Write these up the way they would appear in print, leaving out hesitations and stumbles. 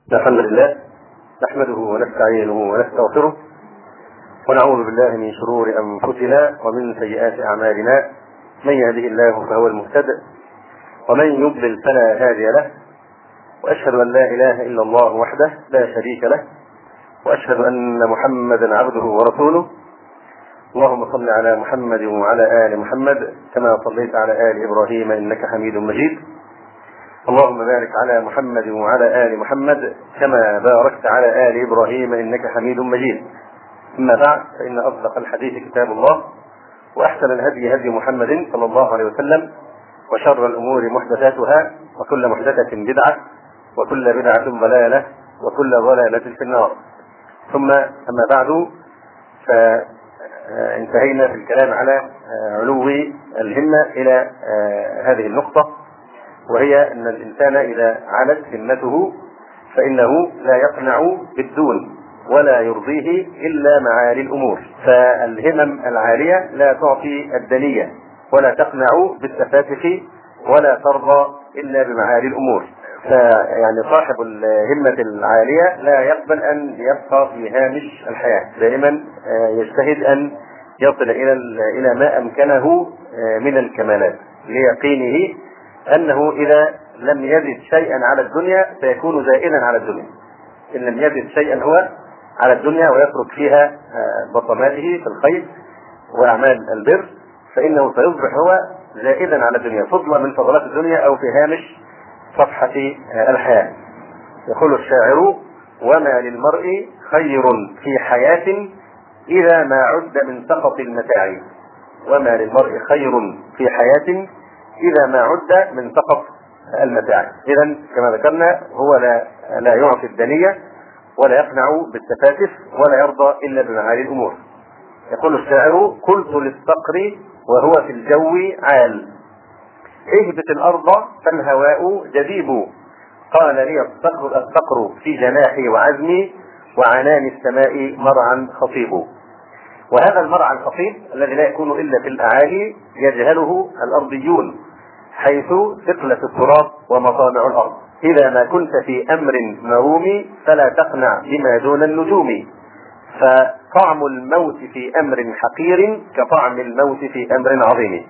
الحمد لله نحمده ونستعينه ونستغفره ونعوذ بالله من شرور أنفسنا ومن سيئات أعمالنا. من يهده الله فهو المهتد ومن يضلل فلا هادي له، وأشهد أن لا إله إلا الله وحده لا شريك له، وأشهد أن محمدا عبده ورسوله. اللهم صل على محمد وعلى آل محمد كما صليت على آل إبراهيم إنك حميد مجيد. اللهم بارك على محمد وعلى آل محمد كما باركت على آل إبراهيم إنك حميد مجيد. أما بعد، فإن أصدق الحديث كتاب الله، وأحسن الهدي هدي محمد صلى الله عليه وسلم، وشر الأمور محدثاتها، وكل محدثة بدعة، وكل بدعة ضلالة، وكل ضلالة في النار. ثم أما بعد، فانتهينا في الكلام على علو الهمة إلى هذه النقطة، وهي أن الإنسان إذا علت همته فإنه لا يقنع بالدون ولا يرضيه إلا معالي الأمور. فالهمم العالية لا تعطي الدنية ولا تقنع بالتفاتح ولا ترضى إلا بمعالي الأمور. فيعني صاحب الهمة العالية لا يقبل أن يبقى في هامش الحياة، دائما يجتهد أن يصل إلى ما أمكنه من الكمالات، ليقينه أنه إذا لم يزد شيئا على الدنيا سيكون زائدا على الدنيا. إن لم يزد شيئا هو على الدنيا ويترك فيها بصماته في الخير وأعمال البر، فإنه سيصبح هو زائدا على الدنيا، فضلا من فضلات الدنيا أو في هامش صفحة الحياة. يقول الشاعر: وما للمرء خير في حياة إذا ما عد من سقط المتاع. وما للمرء خير في حياة إذا ما عد من سقط المتاع. إذن كما ذكرنا هو لا يعطي الدنية ولا يقنع بالتفاتف ولا يرضى إلا بمعالي الأمور. يقول الشاعر: قلت للصقر وهو في الجو عال، اهبط الأرض فالهواء جذيب. قال لي الصقر في جناحي وعزمي، وعنان السماء مرعا خطيب. وهذا المرعى الخطيب الذي لا يكون إلا في الأعالي يجهله الأرضيون، حيث ثقلة التراب ومطامع الأرض. إذا ما كنت في أمر مروم فلا تقنع بما دون النجوم، فطعم الموت في أمر حقير كطعم الموت في أمر عظيم.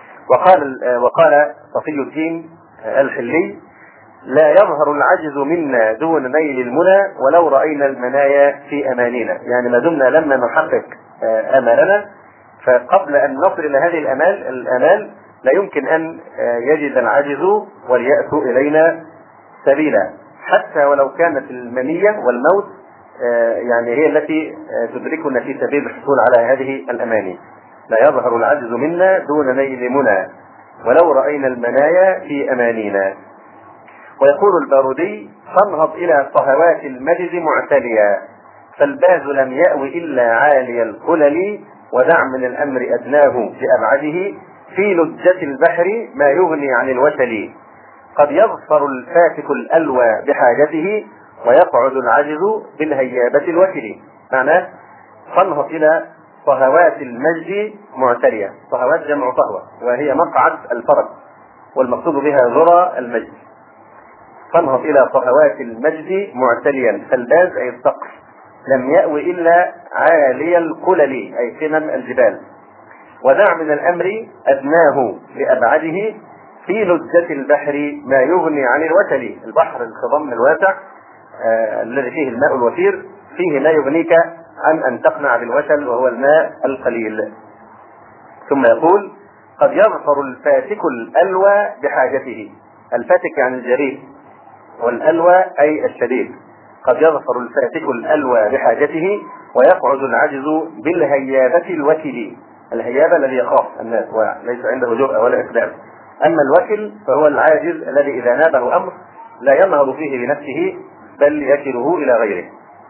وقال صفي الدين الحلي: لا يظهر العجز منا دون نيل المنى ولو رأينا المنايا في أمانينا. يعني ما دمنا لما نحقق أمالنا، فقبل أن نصل إلى هذه الآمال لا يمكن أن يجد العجز واليأس إلينا سبيلا، حتى ولو كانت المنية والموت يعني هي التي تدركنا في سبيل الحصول على هذه الأماني. لا يظهر العجز منا دون نيل منى ولو رأينا المنايا في أمانينا. ويقول البارودي: فانهض إلى صهوات المجد معتليا، فالباز لم يأو إلا عالي القلل، ودع من الأمر أدناه بأبعده، في لجة البحر ما يغني عن الوتل. قد يظفر الفاتك الألوى بحاجته، ويقعد العجز بالهيابة الوتل. معناه فانهض إلى صهوات المجد معتليا. صهوات جمع صهوة، وهي مقعد الفرس، والمقصود بها ذرى المجد. فانهض إلى صهوات المجد معتليا، فالباز أي الصقر لم يأو إلا عالي القلل أي قمم الجبال. ودع من الأمر أدناه لأبعده، في لجة البحر ما يغني عن الوتل. البحر الخضم الواسع الذي فيه الماء الوفير فيه ما يغنيك عن أن تقنع بالوتل وهو الماء القليل. ثم يقول: قد يظفر الفاتك الألوى بحاجته. الفاتك يعني الجريء، والألوى أي الشديد. قد يظفر الفاتك الألوى بحاجته، ويقعد العجز بالهيابة الوكل. الهيابة الذي يخاف الناس وليس عنده جرأة ولا إقدام. أما الوكل فهو العاجز الذي إذا نابه أمر لا ينهض فيه بنفسه بل يكله إلى غيره.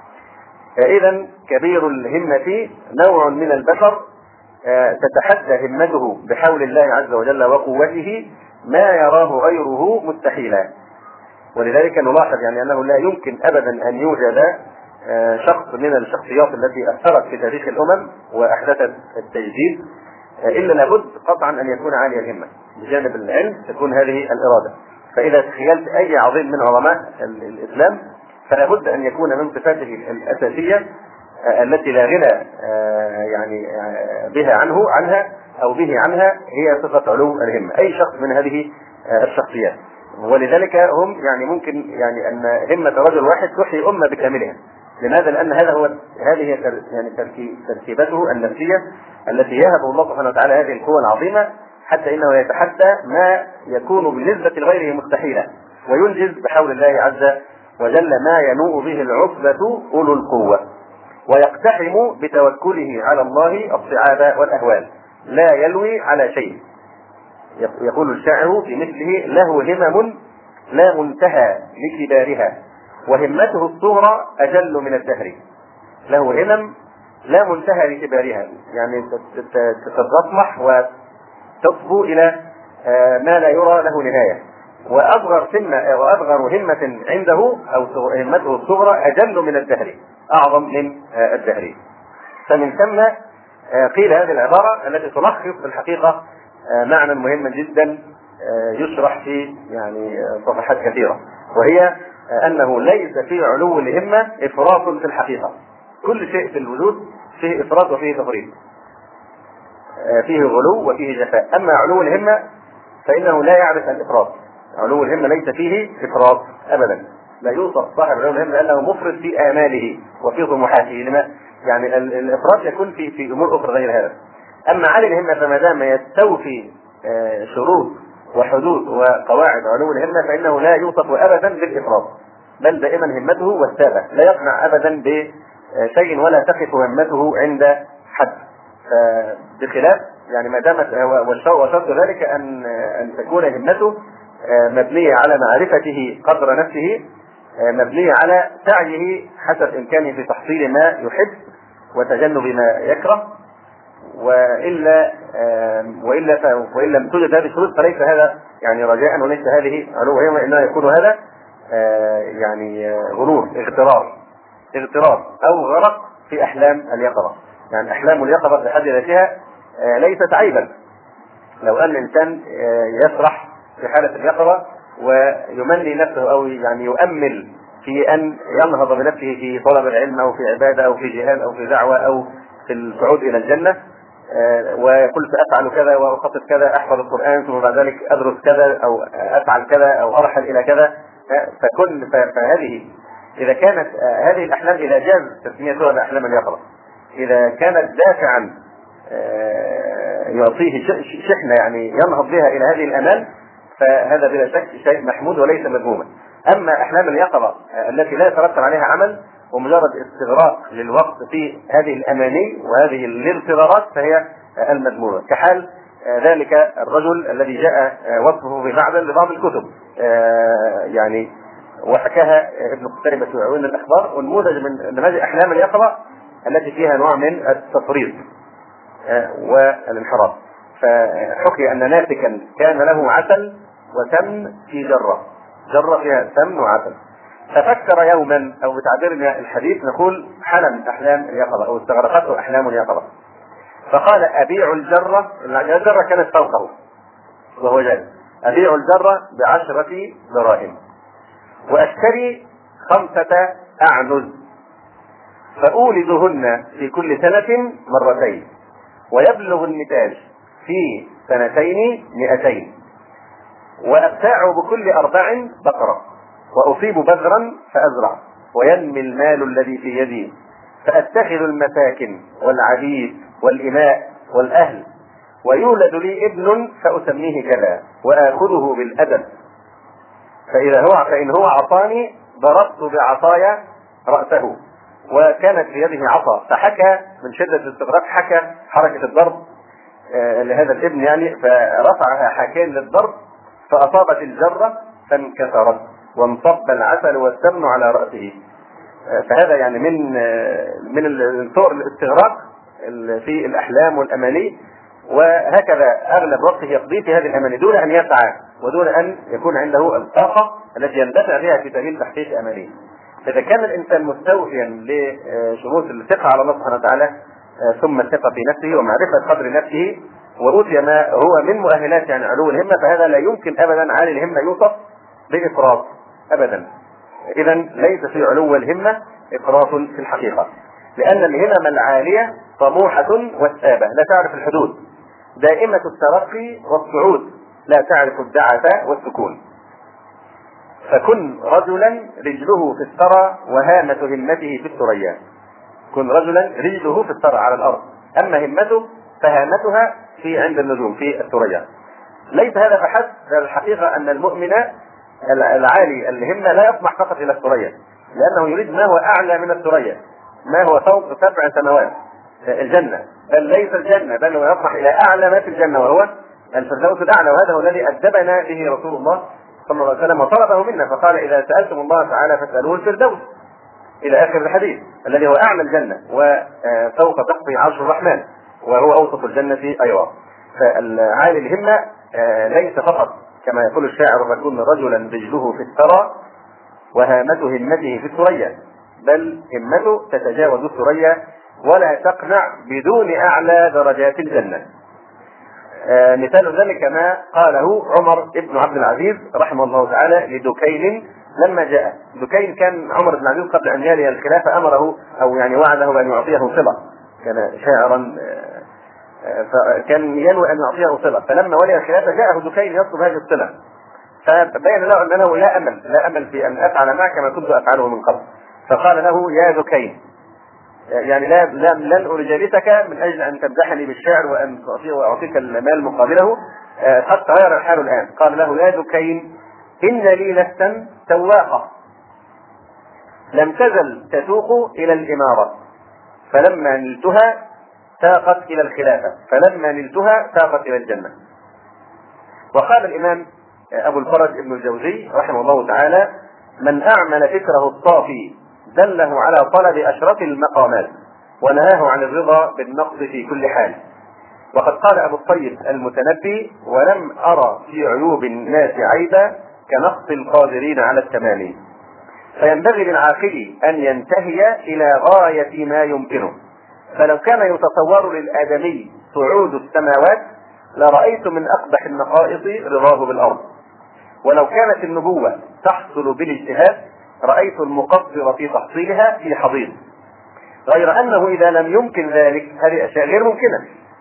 إذن كبير الهمة نوع من البشر تتحدى همته بحول الله عز وجل وقوته ما يراه غيره مستحيلا. ولذلك نلاحظ يعني أنه لا يمكن أبدا أن يوجد شخص من الشخصيات التي أثرت في تاريخ الأمم وأحدثت التجديد إلا لابد قطعا أن يكون عالي الهمة. بجانب العلم تكون هذه الإرادة. فإذا تخيلت أي عظيم من عظماء الإسلام فلا بد أن يكون من صفاته الأساسية التي لا غنى يعني بها عنها أو به عنها هي صفة علو الهمة. أي شخص من هذه الشخصيات، ولذلك هم يعني ممكن يعني أن همة رجل واحد تحيي أمة بكاملها. لماذا؟ لأن هذه يعني تركيبته النفسية التي يهب الله سبحانه وتعالى هذه القوة العظيمة، حتى إنه يتحدى ما يكون بالنسبة لغيره مستحيلا، وينجز بحول الله عز وجل ما ينوء به العصبة أولو القوة، ويقتحم بتوكله على الله الصعاب والأهوال، لا يلوي على شيء. يقول الشاعر في مثله: له همم لا منتهى لكبارها، وهمته الصغرى أجل من الدهر. له همم لا منتهى لكبارها، يعني تطمح وتصبو إلى ما لا يرى له نهاية. وأصغر همة عنده أو همته الصغرى أجل من الدهر، أعظم من الدهر. فمن ثم قيل هذه العبارة التي تلخص في الحقيقة معنى مهم جدا يشرح في يعني صفحات كثيرة، وهي أنه ليس في علو الهمة إفراط في الحقيقة. كل شيء في الوجود فيه إفراط وفيه تفريط، فيه غلو وفيه جفاء. أما علو الهمة فإنه لا يعرف الإفراط. علو الهمة ليس فيه إفراط أبدا، لا يوصف صاحب علو الهمة لأنه مفرط في آماله وفي طموحاته. لما يعني الإفراط يكون في أمور أخرى غير هذا. أما عالي الهمة فما دام يستوفي شروط وحدود وقواعد علو الهمة فإنه لا يوصف أبدا بالإفراط، بل دائما همته وثابة، لا يقنع أبدا بشيء ولا تقف همته عند حد. بخلاف يعني ما دامت وشرط ذلك أن تكون همته مبنية على معرفته قدر نفسه، مبنية على سعيه حسب إمكانه في تحصيل ما يحب وتجنب ما يكره، وإن لم توجد هذه الشروط فليس هذا يعني رجاء، وليس هذه علو همة، إنما يكون هذا يعني غرور، اغترار أو غرق في أحلام اليقظة. يعني أحلام اليقظة بحد ذاتها ليست عيبا. لو أن الإنسان يسرح في حالة اليقظة ويمني نفسه أو يعني يؤمل في أن ينهض بنفسه في طلب العلم أو في عبادة أو في جهاد أو في دعوة أو في الصعود إلى الجنة، ويقول سأفعل كذا وأخطط كذا، أحفظ القرآن ثم بعد ذلك أدرس كذا أو أفعل كذا أو أرحل إلى كذا، فهذه إذا كانت هذه الأحلام إذا جاز تسميتها بأحلام اليقظة، إذا كانت دافعا يعطيه شحنة يعني ينهض بها إلى هذه الأمال، فهذا بلا شك شيء محمود وليس مذموما. أما أحلام اليقظة التي لا يترتب عليها عمل ومجرد استغراق للوقت في هذه الأماني وهذه الانتظارات فهي المذمومة، كحال ذلك الرجل الذي جاء وصفه في بعض الكتب يعني وحكاها ابن قتيبة في عيون الأخبار، ونموذج من نماذج أحلام اليقظة التي فيها نوع من التفريط والانحراف. فحكي أن ناسكا كان له عسل وسمن في جرة فيها سمن وعسل، ففكر يوما، أو بتعبيرنا الحديث نقول حلم أحلام اليقظة أو استغرقته أحلام اليقظة، فقال أبيع الجرة كانت فوقه وهو جالس، أبيع الجرة ب10 دراهم وأشتري 5 أعنز فأولدهن في كل سنة 2 ويبلغ النتاج في 2 200 وأبتاع بكل 4 بقرة وأصيب بذرا فأزرع وينمي المال الذي في يدي فأتخذ المساكن والعبيد والإماء والأهل ويولد لي ابن فأسميه كذا وآخذه بالأدب فإن هو عصاني ضربت بعصاي رأسه. وكانت في يده عصا، فحكى من شدة الاستغراب حكى حركة الضرب لهذا الابن يعني، فرفعها حاكين للضرب فأصابت الجرة فانكسرت وانصب العسل والسمن على رأسه. فهذا يعني من صور الاستغراق في الأحلام والأماني، وهكذا أغلب وقته يقضي في هذه الأماني دون أن يسعى ودون أن يكون عنده الطاقة التي يندفع بها في سبيل تحقيق أمانيه. إذا كان الإنسان مستوفيا لشروط الثقة على الله سبحانه وتعالى ثم الثقة في نفسه ومعرفة قدر نفسه وأوتي ما هو من مؤهلات يعني علو الهمة، فهذا لا يمكن أبدا عالي الهمة يوصف بإفراط أبدا. إذا ليس في علو الهمة إفراط في الحقيقة، لأن الهمم العالية طموحة وثابة لا تعرف الحدود، دائمة الترقي والصعود لا تعرف الدعة والسكون. فكن رجلا رجله في الثرى وهامة همته في الثريا. كن رجلا رجله في الثرى على الأرض، أما همته فهامتها في عند النجوم في الثريا. ليس هذا فحسب، الحقيقة أن المؤمن العالي الهمة لا يطمح فقط إلى الثريا، لأنه يريد ما هو أعلى من الثريا، ما هو فوق 7 سماوات الجنة، بل ليس الجنة، بل هو يطمح إلى أعلى ما في الجنة وهو الفردوس الأعلى. وهذا هو الذي أدبنا به رسول الله صلى الله عليه وسلم وطلبه منا، فقال إذا سألتم الله تعالى فاسألوه الفردوس إلى آخر الحديث، الذي هو أعلى الجنة وفوق سقف عرش الرحمن، وهو أوسط الجنة أيضا. فالعالي الهمة ليس فقط كما يقول الشاعر فكن رجلا رجله في الثرى وهامة همته في الثريا، بل همته تتجاوز الثريا ولا تقنع بدون أعلى درجات الجنة. مثال ذلك ما قاله عمر بن عبد العزيز رحمه الله تعالى لدكين لما جاء. دكين كان عمر بن العزيز قبل أن يلي الخلافة أمره أو يعني وعده بأن يعطيه صلة، كان شاعرا فكان ينوي أن يعطيه صلة، فلما ولي الخلافة جاءه دكين يطلب هذه الصلة، فبين له أنه لا أمل في أن أفعل معك ما كنت أفعله من قبل، فقال له يا دكين، يعني لن أجالسك من أجل أن تمدحني بالشعر وأن أعطيك المال مقابله، قد تغير الحال الآن. قال له يا دكين إن لي نفسا سواقة لم تزل تسوق إلى الإمارة، فلما نلتها ساقت إلى الخلافة، فلما نلتها ساقت إلى الجنة. وقال الإمام أبو الفرج ابن الجوزي رحمه الله تعالى من أعمل فكره الصافي دله على طلب أشرف المقامات ونهاه عن الرضا بالنقص في كل حال. وقد قال أبو الطيب المتنبي ولم أرى في عيوب الناس عيبا كنقص القادرين على التمام. فينبغي للعاقل أن ينتهي إلى غاية ما يمكنه، فلو كان يتصور للآدمي صعود السماوات لرأيت من أقبح النقائص رضاه بالأرض، ولو كانت النبوة تحصل بالاجتهاد رأيت المقصر في تحصيلها في حضيض. غير أنه إذا لم يمكن ذلك، هذه أشياء غير ممكنة،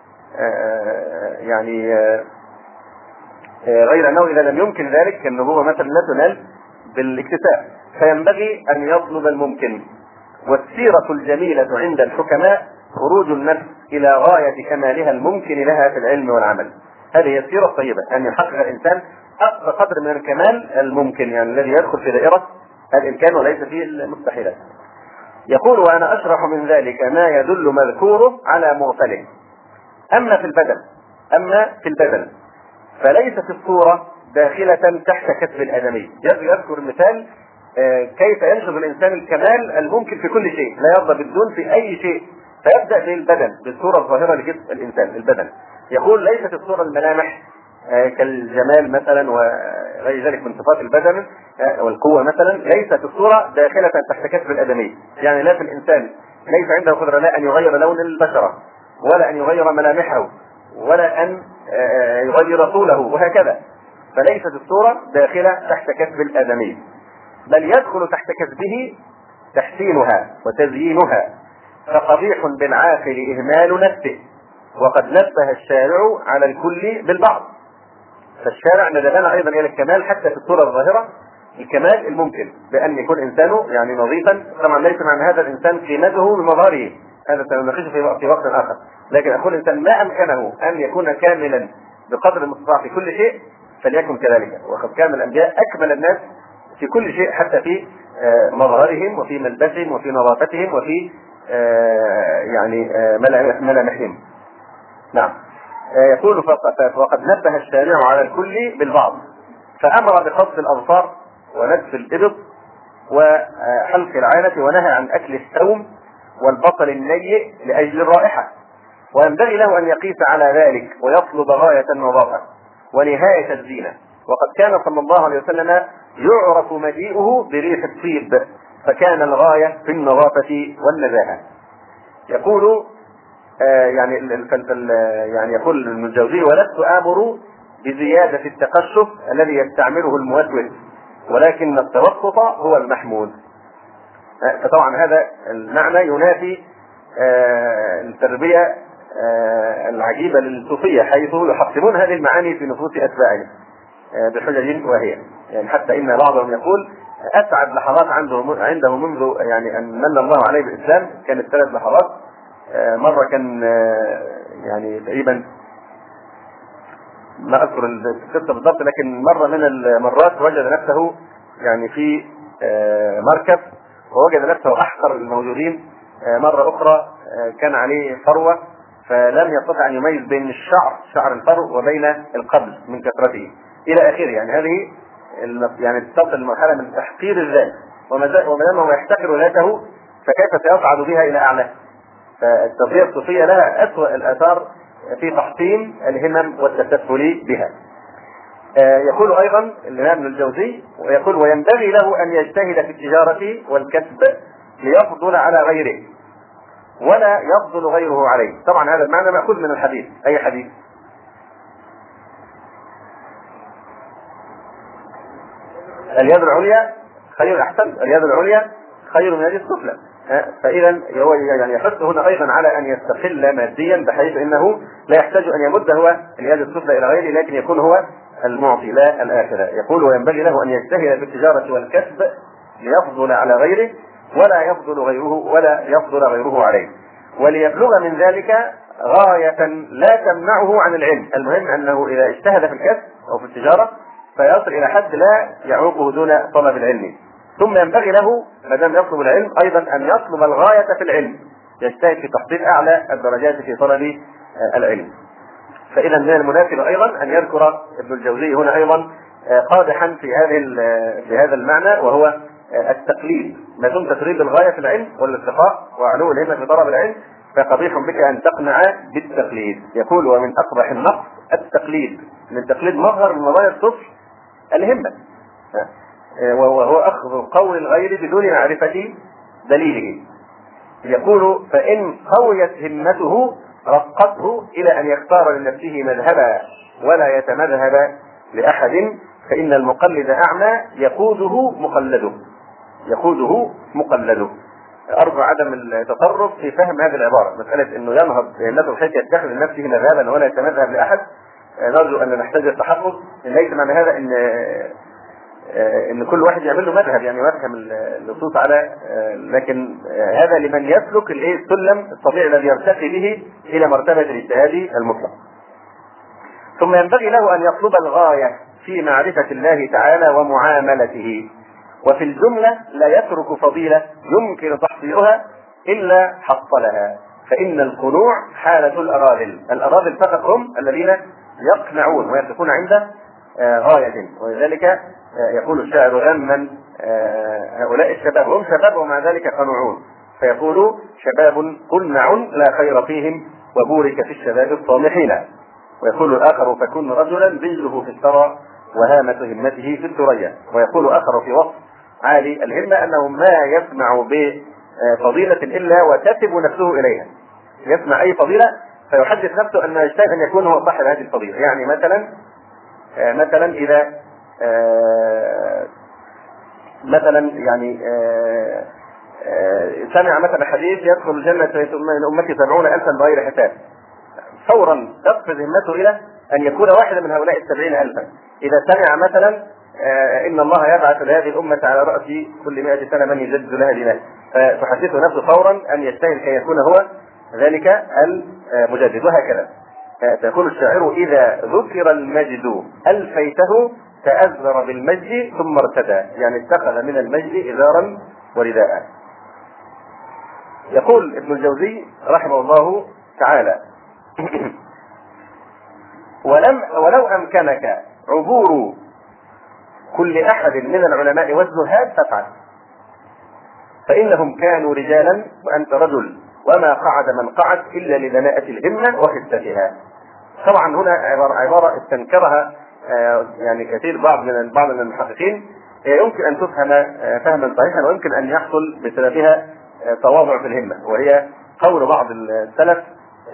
غير أنه إذا لم يمكن ذلك النبوة مثلا لا تنال بالاكتساب، فينبغي أن يطلب الممكن. والسيرة الجميلة عند الحكماء خروج النفس إلى غاية كمالها الممكن لها في العلم والعمل. هذه هي السيرة الطيبة، أن يحقق الإنسان أقصى قدر من الكمال الممكن، يعني الذي يدخل في دائرة الإمكان وليس في المستحيلات. يقول وأنا أشرح من ذلك ما يدل مذكوره على مغفله. أما في البدن فليست الصورة داخلة تحت كتف الآدمي. يذكر مثال كيف ينشب الإنسان الكمال الممكن في كل شيء، لا يرضى بالدون في أي شيء، فيبدأ بالبدن بالصورة الظاهرة لجسم الإنسان البدن. يقول ليست الصورة الملامح كالجمال مثلا وغير ذلك من صفات البدن والقوة مثلا، ليست الصورة داخلة تحت كتف الآدمي، يعني لا في الإنسان ليس عنده قدرة لا أن يغير لون البشرة ولا أن يغير ملامحه ولا أن يغير طوله وهكذا، فليست الصورة داخلة تحت كتف الآدمي، بل يدخل تحت كتفه تحسينها وتزيينها، فقبيح بالعاقل إهمال نفسه، وقد نبه الشارع على الكل بالبعض. فالشارع ندبنا أيضا إلى الكمال حتى في الصورة الظاهرة، الكمال الممكن بأن يكون إنسانه يعني نظيفا. طبعا ليس معنى هذا الإنسان قيمته بمظهره، هذا سنناقشه في وقت آخر، لكن أقول الإنسان ما أمكنه أن يكون كاملا بقدر المستطاع في كل شيء فليكن كذلك. وقد كان الأنبياء أكمل الناس في كل شيء، حتى في مظهرهم وفي ملبسهم وفي نظافتهم وفي ملامحهم. نعم. يقول وقد نبه الشارع على الكل بالبعض، فأمر بقص الأظفار ونتف الإبط وحلق العانة، ونهى عن أكل الثوم والبصل النيء لأجل الرائحة، وينبغي له أن يقيس على ذلك ويطلب غاية النظافة ونهاية الزينة. وقد كان صلى الله عليه وسلم يعرف مجيئه بريح الطيب، فكان الغاية في النظافة والنزاهة. يقول يعني يقول الجوزي ولست آمر بزيادة التقشف الذي يستعمله الموسوس ولكن التوسط هو المحمود. فطبعا هذا المعنى ينافي التربية العجيبة للصوفية، حيث يحطمون هذه المعاني في نفوس أتباعهم بحجج واهية. يعني حتى إن بعضهم يقول أسعد لحظات عنده منذ يعني أن من الله عليه بالإسلام كانت 3 لحظات. مرة كان يعني تقريبا ما أذكر القصة بالضبط، لكن مرة من المرات وجد نفسه يعني في مركب، ووجد نفسه أحقر الموجودين. مرة أخرى كان عليه فروة، فلم يستطع أن يميز بين شعر الفرو وبين القبل من كثرته إلى آخره. يعني هذه يعني تصل المرحلة من تحقير الذات، وما دام هو يحتقر ذاته فكيف سيصعد بها إلى أعلى؟ فالتربية الصوفية لها أسوأ الآثار في تحطيم الهمم والتسفل بها. يقول أيضا الإمام ابن الجوزي، ويقول وينبغي له أن يجتهد في التجارة والكسب ليفضل على غيره ولا يفضل غيره عليه. طبعا هذا المعنى مأخوذ من الحديث. أي حديث؟ اليد العليا خير، أحسن، اليد العليا خير من اليد السفلى. فإذا هو يعني يحث هنا أيضا على أن يستقل ماديا، بحيث أنه لا يحتاج أن يمد هو اليد السفلى إلى غيره، لكن يكون هو المعطي لا الآخرة. يقول وينبغي له أن يجتهد في التجارة والكسب ليفضل على غيره ولا يفضل غيره عليه، وليبلغ من ذلك غاية لا تمنعه عن العلم. المهم أنه إذا اجتهد في الكسب أو في التجارة فيصل إلى حد لا يعوقه دون طلب العلم. ثم ينبغي له ما دام يطلب العلم أيضا أن يطلب الغاية في العلم، يجتهد في تحصيل أعلى الدرجات في طلب العلم. فإذا من المناسب أيضا أن يذكر ابن الجوزي هنا أيضا قادحا في هذا المعنى، وهو التقليد. ما دمت تريد الغاية في العلم والارتقاء وعلو الهمة في طلب العلم فقبيح بك أن تقنع بالتقليد. يقول ومن أقبح النقص التقليد، من التقليد مظهر من مظاهر صفر الهمة، وهو أخذ قول الغير بدون معرفة دليله. يقول فإن قويت همته رقته إلى أن يختار لنفسه مذهبا ولا يتمذهب لأحد، فإن المقلد أعمى يقوده مقلده. أرجو عدم التطرف في فهم هذه العبارة، مسألة أنه ينهض همته بحيث يتخذ لنفسه مذهبا ولا يتمذهب لأحد. نرجو أن نحتاج التحفظ. ليس معنى هذا ان كل واحد يعمل له مذهب يعني ويفهم النصوص على، لكن هذا لمن يسلك السلم الطبيعي الذي يرتقي به الى مرتبه الاجتهاد المطلق. ثم ينبغي له ان يطلب الغايه في معرفه الله تعالى ومعاملته، وفي الجمله لا يترك فضيله يمكن تحصيلها الا حصلها، فان القنوع حاله الاراذل فقط هم الذين يقنعون ويقفون عند غايه. ولذلك يقول الشاعر غما هؤلاء الشباب هم شباب ومع ذلك قنوعون، فيقول شباب قنع لا خير فيهم وبورك في الشباب الطامحين. ويقول الآخر فكن رجلا ذله في الثرى وهامة همته في الثريا. ويقول آخر في وصف عالي الهمة أنه ما يسمع بفضيلة إلا وتثب نفسه إليها، يسمع أي فضيلة فيحدث نفسه أنه يشتاق أن يكون هو صاحب هذه الفضيلة. يعني مثلا إذا سمع مثلا حديث يدخل الجنة من أمتي 70,000 بغير حساب، فورا تقفز همته إلى أن يكون واحدا من هؤلاء 70,000. إذا سمع مثلا إن الله يبعث لهذه الأمة على رأس كل 100 سنة من يجدد لها دينها، فتحدثه نفسه فورا أن يجتهد كي يكون هو ذلك المجدد. وهكذا تقول الشاعر إذا ذكر المجد ألفيته تأذر بالمجد ثم ارتدى، يعني اتخذ من المجد إزارا ورداء. يقول ابن الجوزي رحمه الله تعالى ولو أمكنك عبور كل أحد من العلماء والزهاد فافعل، فإنهم كانوا رجالا وأنت رجل، وما قعد من قعد إلا لدناءة الهمة وخفتها. طبعا هنا عبارة استنكرها يعني كثير بعض من المحققين، يمكن أن تفهم فهما صحيحا ويمكن أن يحصل بسببها تواضع في الهمة، وهي قول بعض السلف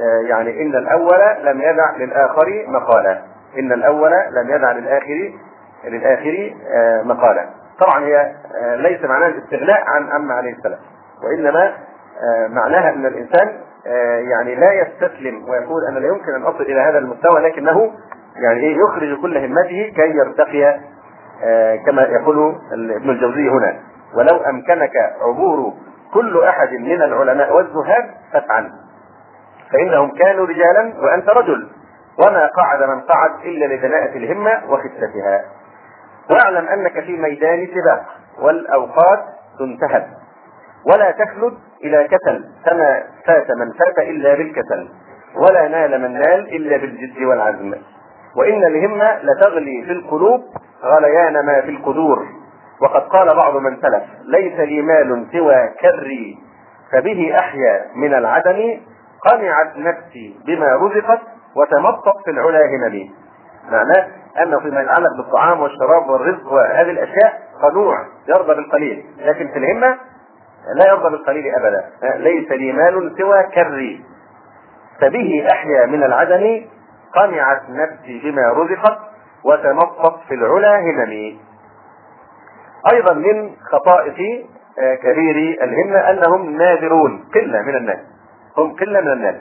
يعني إن الأول لم يدع للآخر مقالا، إن الأول لم يدع للآخر للآخر مقالا. طبعا هي ليس معناها الاستغناء عن عم عليه السلام، وإنما معناها أن الإنسان يعني لا يستسلم ويقول أنا لا يمكن أن أصل إلى هذا المستوى، لكنه يعني يخرج كل همته كي يرتقي كما يقول ابن الجوزي هنا: ولو أمكنك عبور كل أحد من العلماء والزهاد فافعل، فإنهم كانوا رجالا وأنت رجل، وما قعد من قعد إلا لدناءة الهمة وخفتها. واعلم أنك في ميدان سباق، والأوقات تنتهب، ولا تخلد إلى كسل، فما فات من فات إلا بالكسل، ولا نال من نال إلا بالجد والعزم. وإن الهمة لتغلي في القلوب غليان ما في القدور. وقد قال بعض من سلف: ليس لي مال سوى كري، فبه أحيا من العدم، قنعت نفسي بما رزقت، وتمطت في العلا هممي. معناه أنه فيما يتعلق بالطعام والشراب والرزق وهذه الأشياء قنوع، يرضى بالقليل، لكن في الهمة لا يرضى بالقليل أبدا. ليس لي مال سوى كري، فبه أحيا من العدم، قنعت نفسي بما رزقت، وتمطت في العلا هممي. أيضا من خصائص كبير الهمة أنهم نادرون، قلة من الناس، هم قلة من الناس.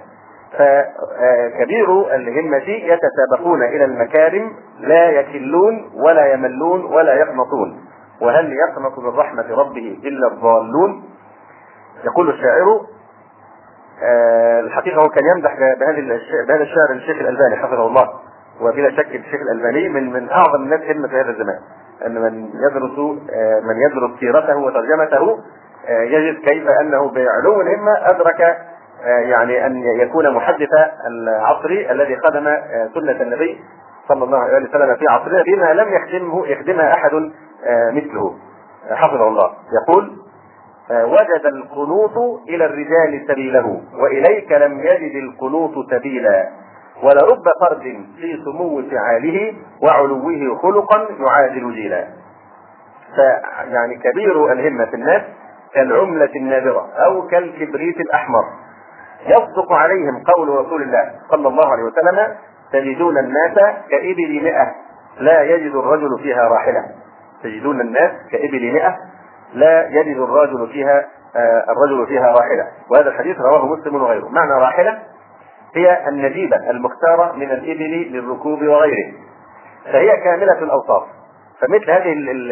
فكبير الهمة يتسابقون إلى المكارم، لا يكلون ولا يملون ولا يقنطون. وهل يقنط من رحمة ربه إلا الضالون؟ يقول الشاعر، الحقيقة هو كان يمدح بهذا الشعر الشيخ الألباني حفظه الله، وبلا شك الشيخ الألباني من أعظم الناس همة في هذا الزمان. أن من يدرس سيرته وترجمته يجد كيف أنه بعلو الهمة أدرك يعني أن يكون محدث العصر الذي خدم سنة النبي صلى الله عليه وسلم في عصره بما لم يخدمها أحد مثله حفظه الله. يقول: وجد القنوط إلى الرجال سبيله، وإليك لم يجد القنوط سبيلا، ولرب فرد في سمو فعاله، وعلوه خلقا يعادل جيلا. فيعني كبير الهمة في الناس كالعملة النادرة أو كالكبريت الأحمر. يصدق عليهم قول رسول الله صلى الله عليه وسلم: تجدون الناس كإبل 100 لا يجد الرجل فيها راحلة. تجدون الناس كإبل 100 لا يجد الرجل فيها راحلة. وهذا الحديث رواه مسلم وغيره. معنى راحلة هي النجيبة المختارة من الإبل للركوب وغيره، فهي كاملة الأوصاف. فمثل هذه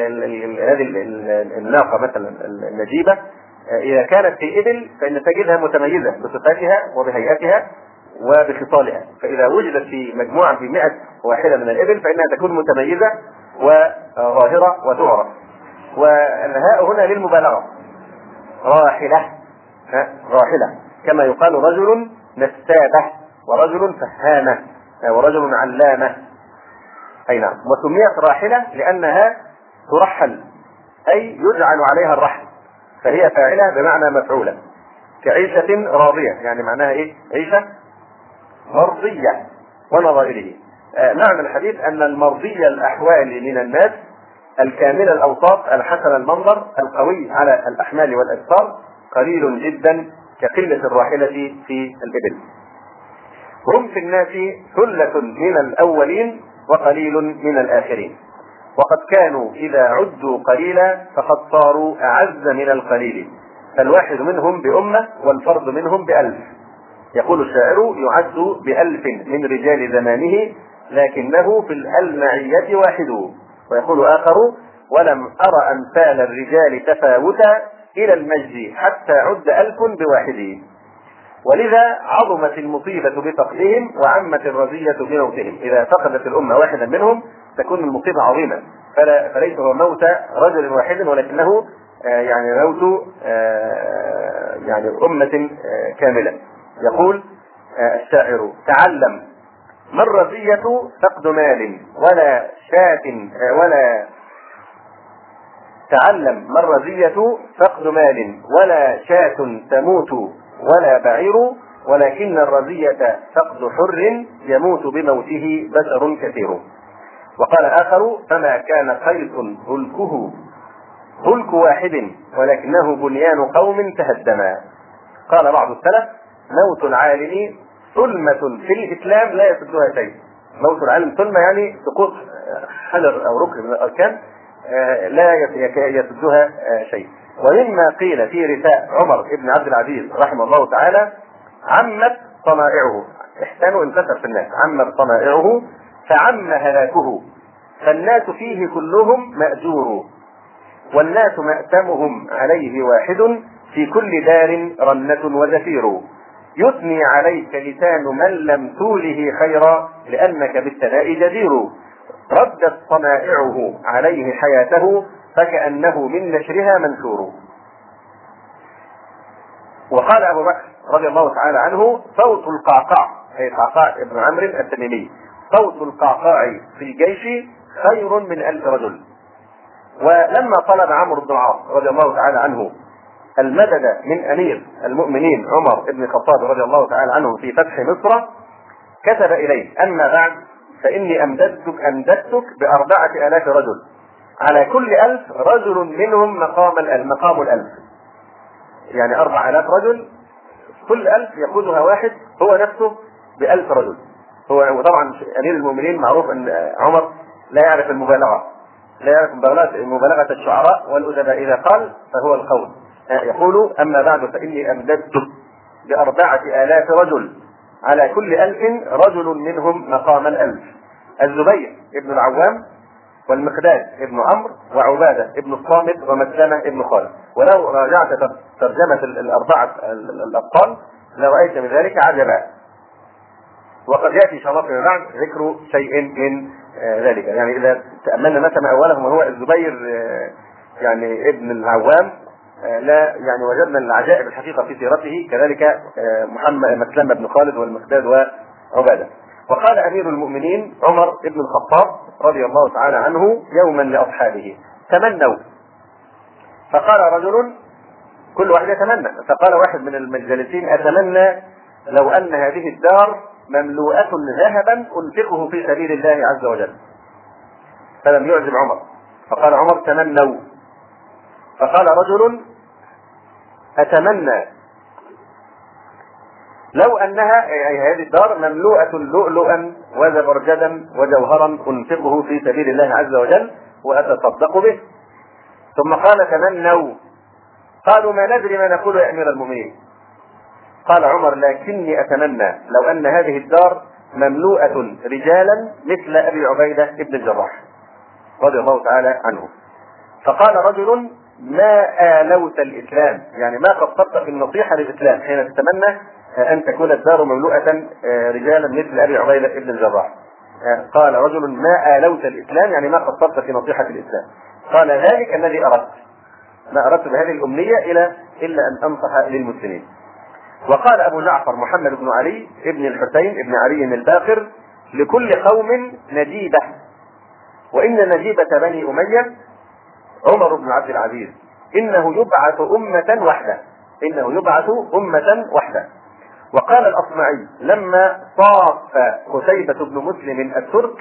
الناقة مثلا النجيبة إذا كانت في إبل فإن تجدها متميزة بصفاتها وبهيئتها وبخصالها. فإذا وجدت في مجموعة في 100 واحدة من الإبل فإنها تكون متميزة وظاهرة وتعرف. والهاء هنا للمبالغة، راحلة كما يقال رجل نسابة، ورجل فهامة، ورجل علامة. أي نعم. وسميت راحلة لأنها ترحل، أي يجعل عليها الرحل، فهي فاعلة بمعنى مفعولة. كعيشة راضية، يعني معناها إيه؟ عيشة مرضية ونظائره. معنى الحديث أن المرضي الأحوال من الناس، الكامل الأوصاف، الحسن المنظر، القوي على الأحمال والأجسار، قليل جدا كقلة الراحلة في الإبل. هم في الناس ثلة من الأولين وقليل من الآخرين، وقد كانوا إذا عدوا قليلا فقد صاروا أعز من القليل، فالواحد منهم بأمة والفرد منهم ب1000. يقول الشاعر: يعد ب1000 من رجال زمانه، لكنه في الألمعية واحد. ويقول آخر: ولم أرى أمثال الرجال تفاوتا إلى المجد حتى عد 1000 بواحد. ولذا عظمت المصيبة بفقدهم، وعمت الرزية بموتهم. إذا فقدت الأمة واحدا منهم تكون المصيبة عظيمة، فليس هو موت رجل واحد، ولكنه يعني موت يعني أمة كاملة. يقول الشاعر: تعلم ما الرزية فقد مال ولا شاة تعلم ما الرزية فقد مال ولا شاة تموت ولا بعير، ولكن الرزية فقد حر يموت بموته بشر كثير. وقال آخر: فما كان قيس هلك واحد، ولكنه بنيان قوم تهدما. قال بعض السلف: موت العالم ثلمة في الإسلام لا يسدها شيء. موت العالم ثلمة يعني سقوط حجر أو ركن من الأركان لا يسدها شيء. ومما قيل في رثاء عمر بن عبد العزيز رحمه الله تعالى: عمت صنائعه، إحسانه انتشر في الناس، عمت صنائعه فعم هلاكه، فالناس فيه كلهم مأجور، والناس مأتمهم عليه واحد، في كل دار رنة وزفير، يثني عليك لسان من لم توله خيرا، لأنك بالثناء جدير، ردت صنائعه عليه حياته، فكأنه من نشرها منشور. وقال أبو بكر رضي الله تعالى عنه: صوت القعقاع، أي قعقاع ابن عمرو التميمي، صوت القعقاع في الجيش خير من 1000 رجل. ولما طلب عمرو بن العاص رضي الله تعالى عنه المدد من أمير المؤمنين عمر بن الخطاب رضي الله تعالى عنه في فتح مصر، كتب إليه: أما بعد، فإني أمددتك ب4000 رجل، على كل 1000 رجل منهم مقام 1000، يعني 4000 رجل، كل 1000 يأخذها واحد هو نفسه ب1000 رجل. وطبعا أمير المؤمنين معروف أن عمر لا يعرف المبالغة، لا يعرف مبالغة الشعراء والأدباء، إذا قال فهو القول. يقول: أما بعد، فإني أمددتك ب4000 رجل، على كل 1000 رجل منهم مقام 1000. الزبير ابن العوام، والمقداد ابن عمرو، وعبادة ابن الصامت، ومسلمة ابن خالد. ولو راجعت ترجمة الأربعة الأبطال لرأيت من ذلك عجبا، وقد يأتي إن شاء الله فيما بعد ذكر شيء من ذلك. يعني إذا تأملنا مثلا أولهم وهو الزبير يعني ابن العوام، لا يعني وجدنا العجائب الحقيقة في سيرته، كذلك مسلمة بن خالد والمقداد وعبادة. وقال أمير المؤمنين عمر بن الخطاب رضي الله تعالى عنه يوما لأصحابه: تمنوا. فقال رجل، كل واحد يتمنى، فقال واحد من الجالسين: أتمنى لو أن هذه الدار مملوءة ذهبا أنفقه في سبيل الله عز وجل. فلم يعجب عمر، فقال عمر: تمنوا. فقال رجل: أتمنى لو أنها، أي هذه الدار، مملوءة لؤلؤا وزبرجدا وجوهرا أنفقه في سبيل الله عز وجل وأتصدق به. ثم قال: تمنوا. قالوا: ما ندري ما نقول يا أمير المؤمنين. قال عمر: لكني أتمنى لو أن هذه الدار مملوءة رجالا مثل أبي عبيدة ابن الجراح رضي الله تعالى عنه. فقال رجل: ما آلوت الإسلام، يعني ما قصرت في النصيحة للإسلام حين تتمنى أن تكون الدار مملوءة رجالا مثل أبي عبيدة ابن الجراح. قال رجل: ما آلوت الإسلام، يعني ما قصرت في نصيحة الإسلام. قال: ذلك الذي أردت، ما أردت بهذه الأمنية إلا أن أنصح للمسلمين. وقال أبو جعفر محمد بن علي ابن الحسين ابن علي الباقر: لكل قوم نجيبة، وإن نجيبة بني أمية عمر بن عبد العزيز، إنه يبعث أمة وحدة، إنه يبعث أمة وحدة. وقال الأصمعي: لما صاف قتيبة بن مسلم الترك،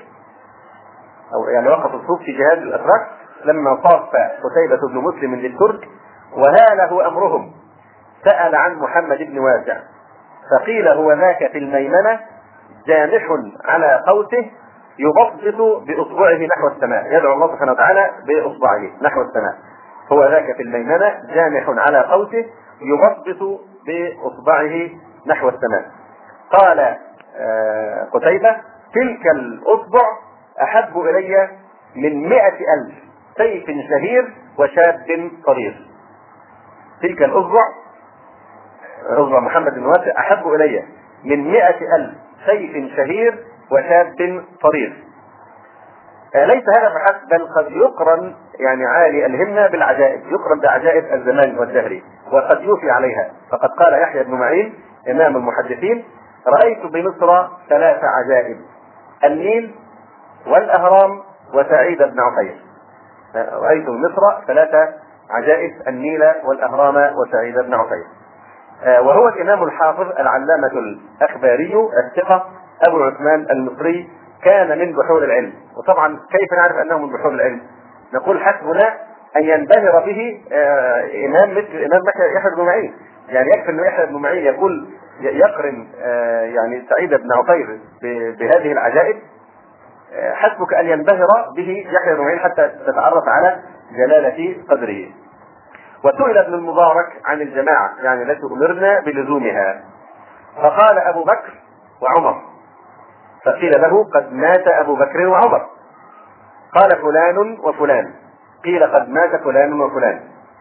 أو يعني وقف الصوف في جهاد الأتراك، لما صاف قتيبة بن مسلم للترك وهاله أمرهم، سأل عن محمد بن واسع، فقيل: هو ذاك في الميمنة جامح على قوسه يبسط بإصبعه نحو السماء، يدعو الله سبحانه وتعالى بإصبعه نحو السماء. هو ذاك في الميمنة جامح على قوسه يبسط بإصبعه نحو السماء. قال قتيبة: تلك الأصبع أحب إلي من 100,000 سيف شهير وشاب صغير. تلك الأصبع، أصبع محمد بن واسع، أحب إلي من 100,000 سيف شهير وشاب صغير. ليس هذا فحسب، بل قد يقرن يعني عالي الهمة بالعجائب، يقرن بعجائب الزمان والدهر، وقد يوفي عليها. فقد قال يحيى بن معين إمام المحدثين: رأيت بمصر 3 عجائب: النيل والأهرام وسعيد بن عقيل. رأيت بمصر 3 عجائب: النيل والأهرام وسعيد بن عقيل. وهو الإمام الحافظ العلامة الأخباري الثقة أبو عثمان المصري، كان من بحور العلم. وطبعا كيف نعرف أنه من بحور العلم؟ نقول حسبنا أن ينبهر به إمام مثل إمام يحيى بن معين. يعني يكفي أن يحيى بن معين يقول يقرن يعني سعيد بن عقيل بهذه العجائب، حسبك أن ينبهر به يحيى بن معين حتى تتعرف على جلالة قدره. وسئل ابن المبارك عن الجماعة يعني التي أمرنا بلزومها، فقال أبو بكر وعمر، فقيل له قد مات أبو بكر وعمر، قال فلان وفلان، قيل قد مات فلان وفلان.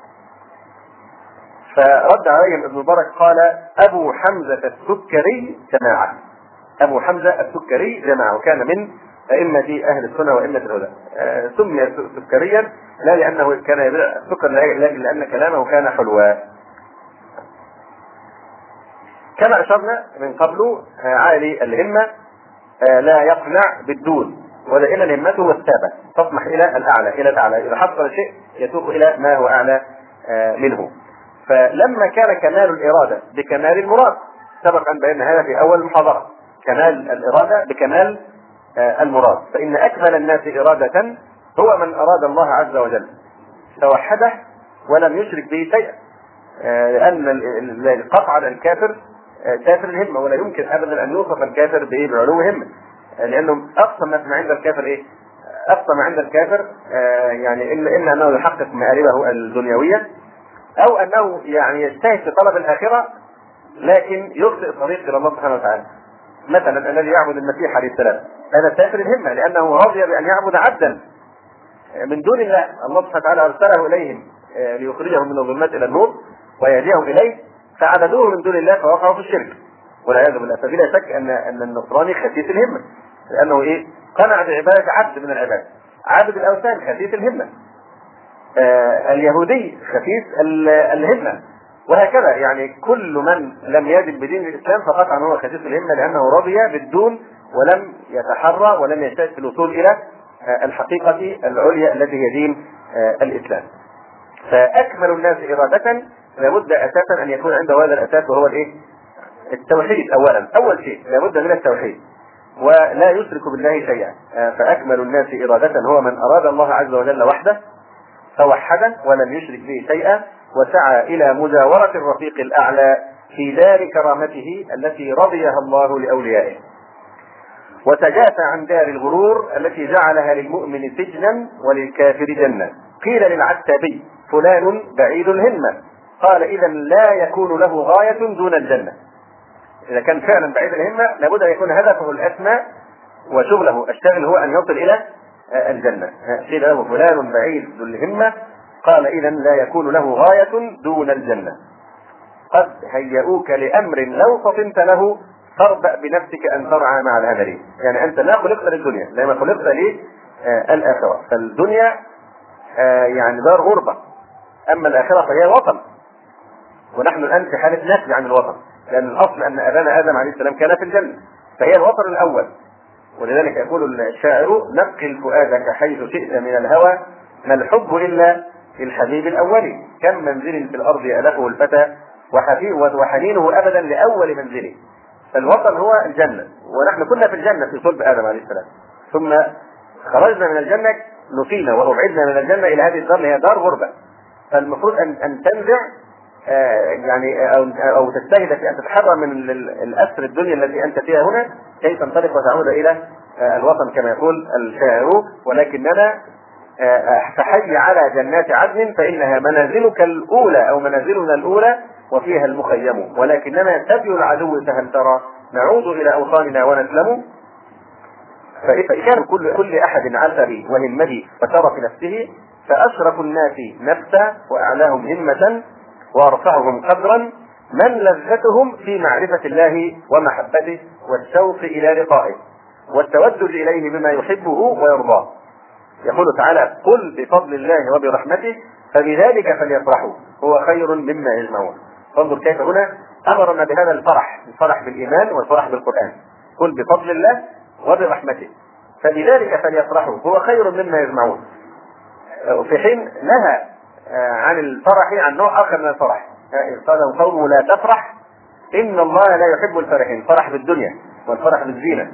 فرد عليهم ابن المبارك قال أبو حمزة السكري جماعة، أبو حمزة السكري جماعة، وكان من أئمة أهل السنة وأئمة الهدى. سمي سكريا لا لأنه كان يبيع السكر، لكن لأن كلامه كان حلوا. كما أشرنا من قبل عالي الهمة لا يقنع بالدون، ولئن همته والثابة تطمح إلى الأعلى إلى الأعلى، إذا حصل شيء يتوق إلى ما هو أعلى منه. فلما كان كمال الإرادة بكمال المراد، سبق أن بينا هذا في أول المحاضرة، كمال الإرادة بكمال المراد، فإن أكمل الناس إرادة هو من أراد الله عز وجل توحده ولم يشرك به شيئا، لأن قطعا الكافر كافر الهمة، ولا يمكن أبدا أن يوصف الكافر بعلو همة، لأنه أقصى ما عند الكافر إيه؟ أقصى ما عند الكافر يعني إلا أنه يحقق مآربه الدنيوية، أو أنه يعني يجتهد في طلب الآخرة لكن يخطئ الطريق إلى الله سبحانه وتعالى. مثلا الذي يعبد المسيح عليه السلام هذا كافر الهمة، لأنه رضي بأن يعبد عبدا من دون الله، الله سبحانه وتعالى أرسله إليهم ليخرجهم من الظلمات إلى النور ويهديهم إليه، فعبدوه من دون الله فوقعوا في الشرك والعياذ بالله. فبلا شك أن النصراني خسيس الهمة، لأنه إيه؟ قنع بعبادة عبد من العباد. عابد الأوثان خسيس الهمة، اليهودي خسيس الهمة، وهكذا. يعني كل من لم يجد بدين الإسلام فقطعا هو خسيس الهمة، لأنه رضي بالدون ولم يتحرى ولم يجتهد في الوصول إلى الحقيقة العليا التي هي دين الإسلام. فأكمل الناس إرادة لابد أساسا أن يكون عنده هذا الأساس، وهو الإيه؟ التوحيد. أول شيء لابد من التوحيد، ولا يشرك بالله شيئا. فأكمل الناس إرادة هو من أراد الله عز وجل وحده فوحده ولم يشرك به شيئا، وسعى إلى مجاورة الرفيق الأعلى في دار كرامته التي رضيها الله لأوليائه، وتجافى عن دار الغرور التي جعلها للمؤمن سجنا وللكافر جنة. قيل للعتابي فلان بعيد الهمة، قال إذا لا يكون له غاية دون الجنة. إذا كان فعلا بعيد الهمة لابد أن يكون هدفه الأسمى وشغله الشاغل هو أن يصل إلى الجنة. قيل له فلان بعيد الهمة، قال إذا لا يكون له غاية دون الجنة. قد هيئوك لأمر لو فطنت له فاربأ بنفسك أن ترعى مع الهمرين. يعني أنت لا خلقت للدنيا، لما خلقت للآخرة. فالدنيا يعني دار غربة، أما الآخرة فهي وطن، ونحن الآن في حالة نفي عن الوطن، لأن الأصل أن أبانا آدم عليه السلام كان في الجنة، فهي الوطن الأول. ولذلك يقول الشاعر نقل فؤادك حيث شئت من الهوى، ما الحب إلا للحبيب الأول، كم منزل في الأرض يألفه الفتى وحنينه أبدا لأول منزله. فالوطن هو الجنة، ونحن كنا في الجنة في صلب آدم عليه السلام، ثم خرجنا من الجنة نقينا وأبعدنا من الجنة إلى هذه الدار هي دار غربة. فالمفروض أن تنزع يعني أو تجتهد في أن تتحرر من الأسر الدنيا التي أنت فيها هنا كي تنطلق وتعود إلى الوطن كما يقول الشاعر. ولكننا فحي على جنات عدن فإنها منازلك الأولى أو منازلنا الأولى وفيها المخيم، ولكننا سبي العدو فهل ترى نعود إلى أوطاننا ونسلم. فكان كل أحد عث بي وهمتي وشرف نفسه، فأشرف الناس نفسا وأعلاهم همة وأرفعهم قدرا من لذتهم في معرفة الله ومحبته والشوق إلى لقائه والتودد إليه بما يحبه ويرضاه. يقول تعالى قل بفضل الله وبرحمته فبذلك فليفرحوا هو خير مما يجمعون. فانظر كيف هنا أمرنا بهذا الفرح بالإيمان والفرح بالقرآن. قل بفضل الله وبرحمته فبذلك فليفرحوا هو خير مما يجمعون، في حين نهى عن الفرح عن نوع آخر من الفرح. قال قوم لا تفرح إن الله لا يحب الفرحين، الفرح بالدنيا والفرح بالزينة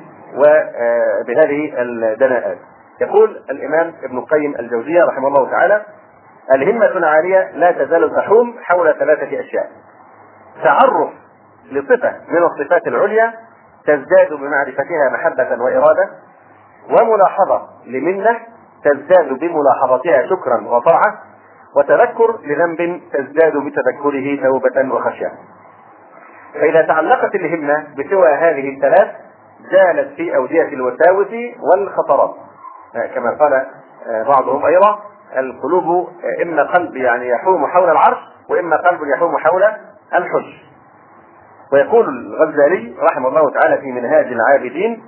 وبهذه الدناءات. يقول الإمام ابن القيم الجوزية رحمه الله تعالى الهمة العالية لا تزال تحوم حول ثلاثة أشياء: تعرف لصفة من الصفات العليا تزداد بمعرفتها محبة وإرادة، وملاحظة لمنة تزداد بملاحظتها شكرا وطاعة، وتذكر لذنب تزداد بتذكره توبة وخشية. فإذا تعلقت الهمة بسوى هذه الثلاث جالت في أودية الوساوس والخطرات، كما قال بعضهم أيضا: القلوب إما قلب يعني يحوم حول العرش، وإما قلب يحوم حول الحج. ويقول الغزالي رحمه الله تعالى في منهاج العابدين: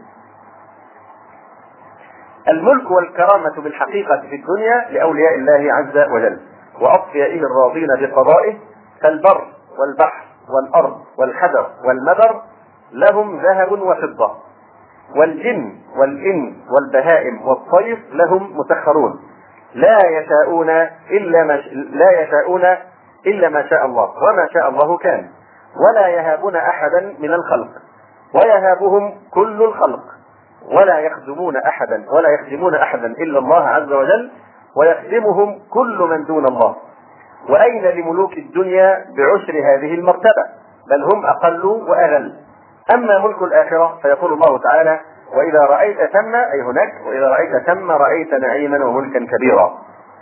الملك والكرامة بالحقيقة في الدنيا لأولياء الله عز وجل وأصفيائه الراضين بقضائه، فالبر والبحر والأرض والحجر والمدر لهم ذهب وفضة، والجن والإنس والبهائم والطير لهم مسخرون، لا يشاءون إلا ما شاء الله، وما شاء الله كان، ولا يهابون أحدا من الخلق، ويهابهم كل الخلق، ولا يخدمون أحدا إلا الله عز وجل، ويخدمهم كل من دون الله. وأين لملوك الدنيا بعشر هذه المرتبة، بل هم أقل وأذل. أما ملك الآخرة فيقول الله تعالى: وإذا رأيت ثم، أي هناك، وإذا رأيت ثم رأيت نعيما وملكا كبيرا.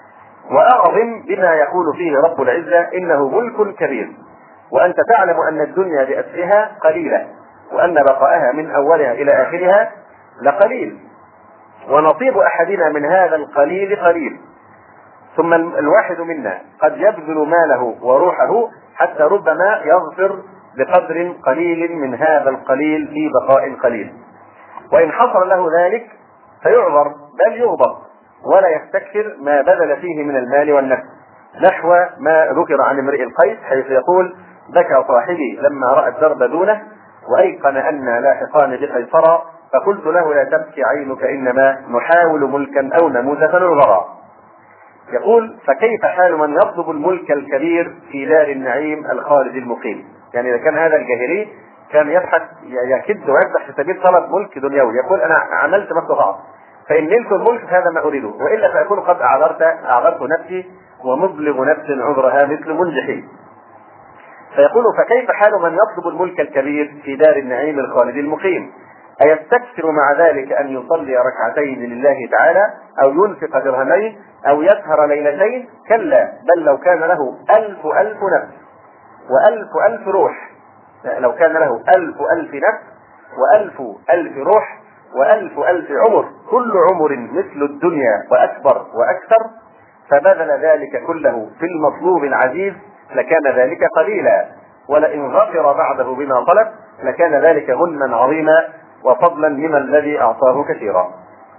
وأعظم بما يقول فيه رب العزة: إنه ملك كبير. وأنت تعلم أن الدنيا بأسرها قليلة، وأن بقاءها من أولها إلى آخرها لقليل، ونصيب أحدنا من هذا القليل قليل. ثم الواحد منا قد يبذل ماله وروحه حتى ربما يغفر بقدر قليل من هذا القليل في بقاء قليل، وإن حصل له ذلك فيعذر بل يغضب ولا يستكثر ما بذل فيه من المال والنفس، نحو ما ذكر عن امرئ القيس حيث يقول: بكى صاحبي لما رأى الدرب دونه وأيقن أن لاحقان بقيصرا، فقلت له: لا تبكي عينك، إنما نحاول ملكا أو نموت فنعذرا. يقول: فكيف حال من يطلب الملك الكبير في دار النعيم الخالد المقيم؟ يعني إذا كان هذا الجاهلي كان يبحث يكد ويذبح في سبيل طلب ملك دنيوي، يقول: أنا عملت ما استطعت، فإن نلت الملك هذا ما أريده، وإلا فأكون قد أعذرت نفسي، ومبلغ نفس عذرها مثل منجحي. فيقول: فكيف حال من يطلب الملك الكبير في دار النعيم الخالد المقيم؟ أيستكثر مع ذلك أن يصلي ركعتين لله تعالى، أو ينفق درهمين، أو يسهر ليلتين؟ كلا، بل لو كان له 1000 نفس و1000 روح، لو كان له 1000 نفس و1000 روح و1000 عمر، كل عمر مثل الدنيا وأكبر وأكثر، فبذل ذلك كله في المطلوب العزيز لكان ذلك قليلا، ولئن غفر بعده بما طلب لكان ذلك غنما عظيما وفضلا مما الذي أعطاه كثيرا.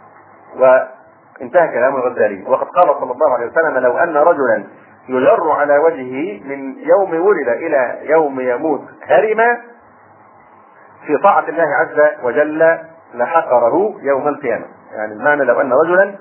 وانتهى كلام الغزالي. وقد قال صلى الله عليه وسلم: لو أن رجلا يجر على وجهه من يوم ولد إلى يوم يموت هرما في طاعة الله عز وجل لحقره يوم القيامة. يعني المعنى: لو أن رجلا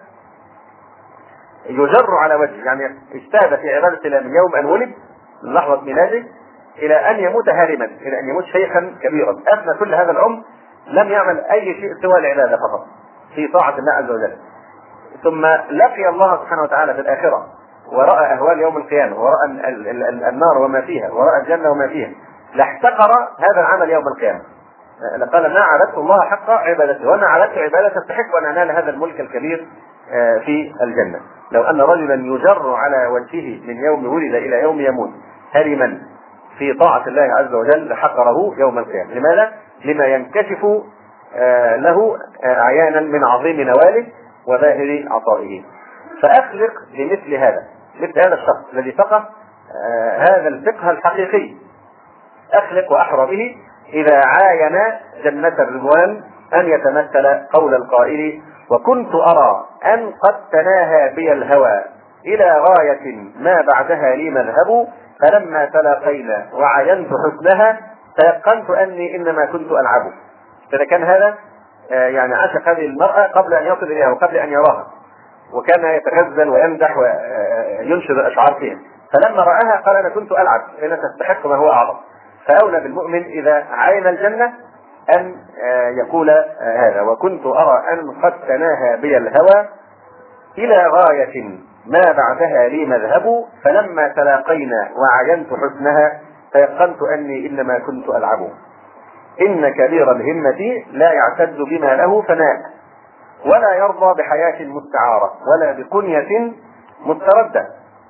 يجر على وجهه، يعني اجتهد في عبادة الله من يوم أن ولد من لحظة ميلاده إلى أن يموت هارما، إلى أن يموت شيخا كبيرا، أثنى كل هذا العمر لم يعمل أي شيء سوى العبادة فقط في طاعة الله عز وجل، ثم لقي الله سبحانه وتعالى في الآخرة ورأى أهوال يوم القيامة، ورأى النار وما فيها، ورأى الجنة وما فيها، لاحتقر هذا العمل يوم القيامة. لقال: ما عبدت الله حق عبادته، وما عبدت عبادة تستحق أن أنال هذا الملك الكبير في الجنة. لو أن رجلا يجر على وجهه من يوم ولد إلى يوم يموت هرما في طاعة الله عز وجل لحقره يوم القيامة. لماذا؟ لما ينكشف له أعيانا من عظيم نواله وباهر عطائه. فأخلق بمثل هذا، مثل هذا الشخص الذي فقه هذا الفقه الحقيقي، أخلق وأحرى به إذا عاين جنة الرضوان أن يتمثل قول القائل: وكنت أرى أن قد تناهى بي الهوى إلى غاية ما بعدها لي مذهب، فلما تلاقينا وعينت حسنها تيقنت أني إنما كنت ألعب. فإذا كان هذا يعني عاشق هذه المرأة قبل أن يصل إليها وقبل أن يراها، وكان يتغزل ويمدح وينشر الأشعار فيها، فلما رآها قال: أنا كنت ألعب، لأنها تستحق ما هو أعظم. فأولى بالمؤمن إذا عاين الجنة أن يقول هذا: وكنت أرى أن قد تناهى بي الهوى إلى غاية ما بعدها لي مذهب، فلما تلاقينا وعينت حسنها تيقنت أني إنما كنت ألعب. إن كبير الهمة لا يعتد بما له فناء، ولا يرضى بحياة مستعارة ولا بكنية مستردة،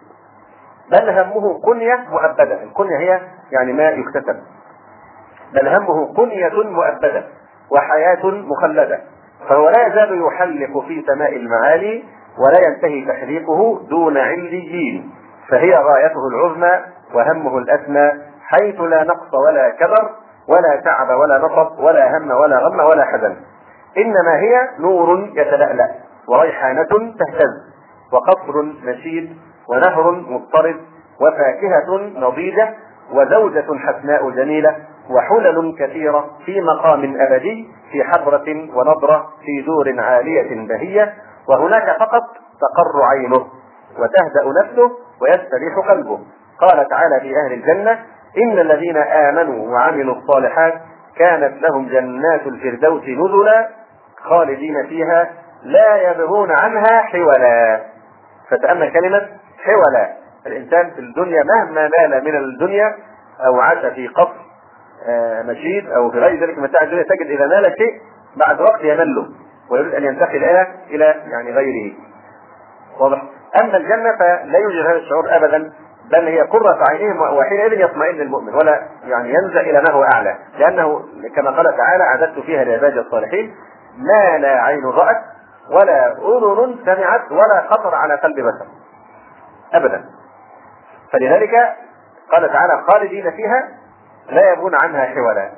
بل همه كنية مؤبدة. الكنية هي يعني ما يكتسب، بل همه كنية مؤبدة وحياة مخلدة، فهو لا يزال يحلق في سماء المعالي ولا ينتهي تحليقه دون عليين، فهي غايته العظمى وهمه الأسمى، حيث لا نقص ولا كدر ولا تعب ولا نصب ولا هم ولا غم ولا حزن، إنما هي نور يتلألأ وريحانة تهتز وقصر نشيد ونهر مضطرب وفاكهة نضيجة وزوجة حسناء جميلة وحلل كثيرة في مقام أبدي في حضرة ونضرة في دور عالية بهية، وهناك فقط تقر عينه وتهدأ نفسه ويستريح قلبه. قال تعالى في أهل الجنة: إن الذين آمنوا وعملوا الصالحات كانت لهم جنات الفردوس نزلا خالدين فيها لا يبغون عنها حولا. فتأمل كلمة حولا. الإنسان في الدنيا مهما نال من الدنيا أو عاش في قصر مشيد أو في غير ذلك متاع الدنيا، تجد إذا نال شيء بعد وقت يمل ويريد أن ينتقل إلى يعني غيره. واضح؟ أما الجنة فلا يوجد هذا الشعور أبدا، بل هي قرة عينهم، وحينئذ يطمئن المؤمن ولا يعني ينزع إلى ما هو أعلى، لأنه كما قال تعالى: أعددت فيها لعبادي الصالحين ما لا عين رأت ولا أذن سمعت ولا خطر على قلب بشر أبدا. فلذلك قال تعالى: خالدين فيها لا يبغون عنها حولا.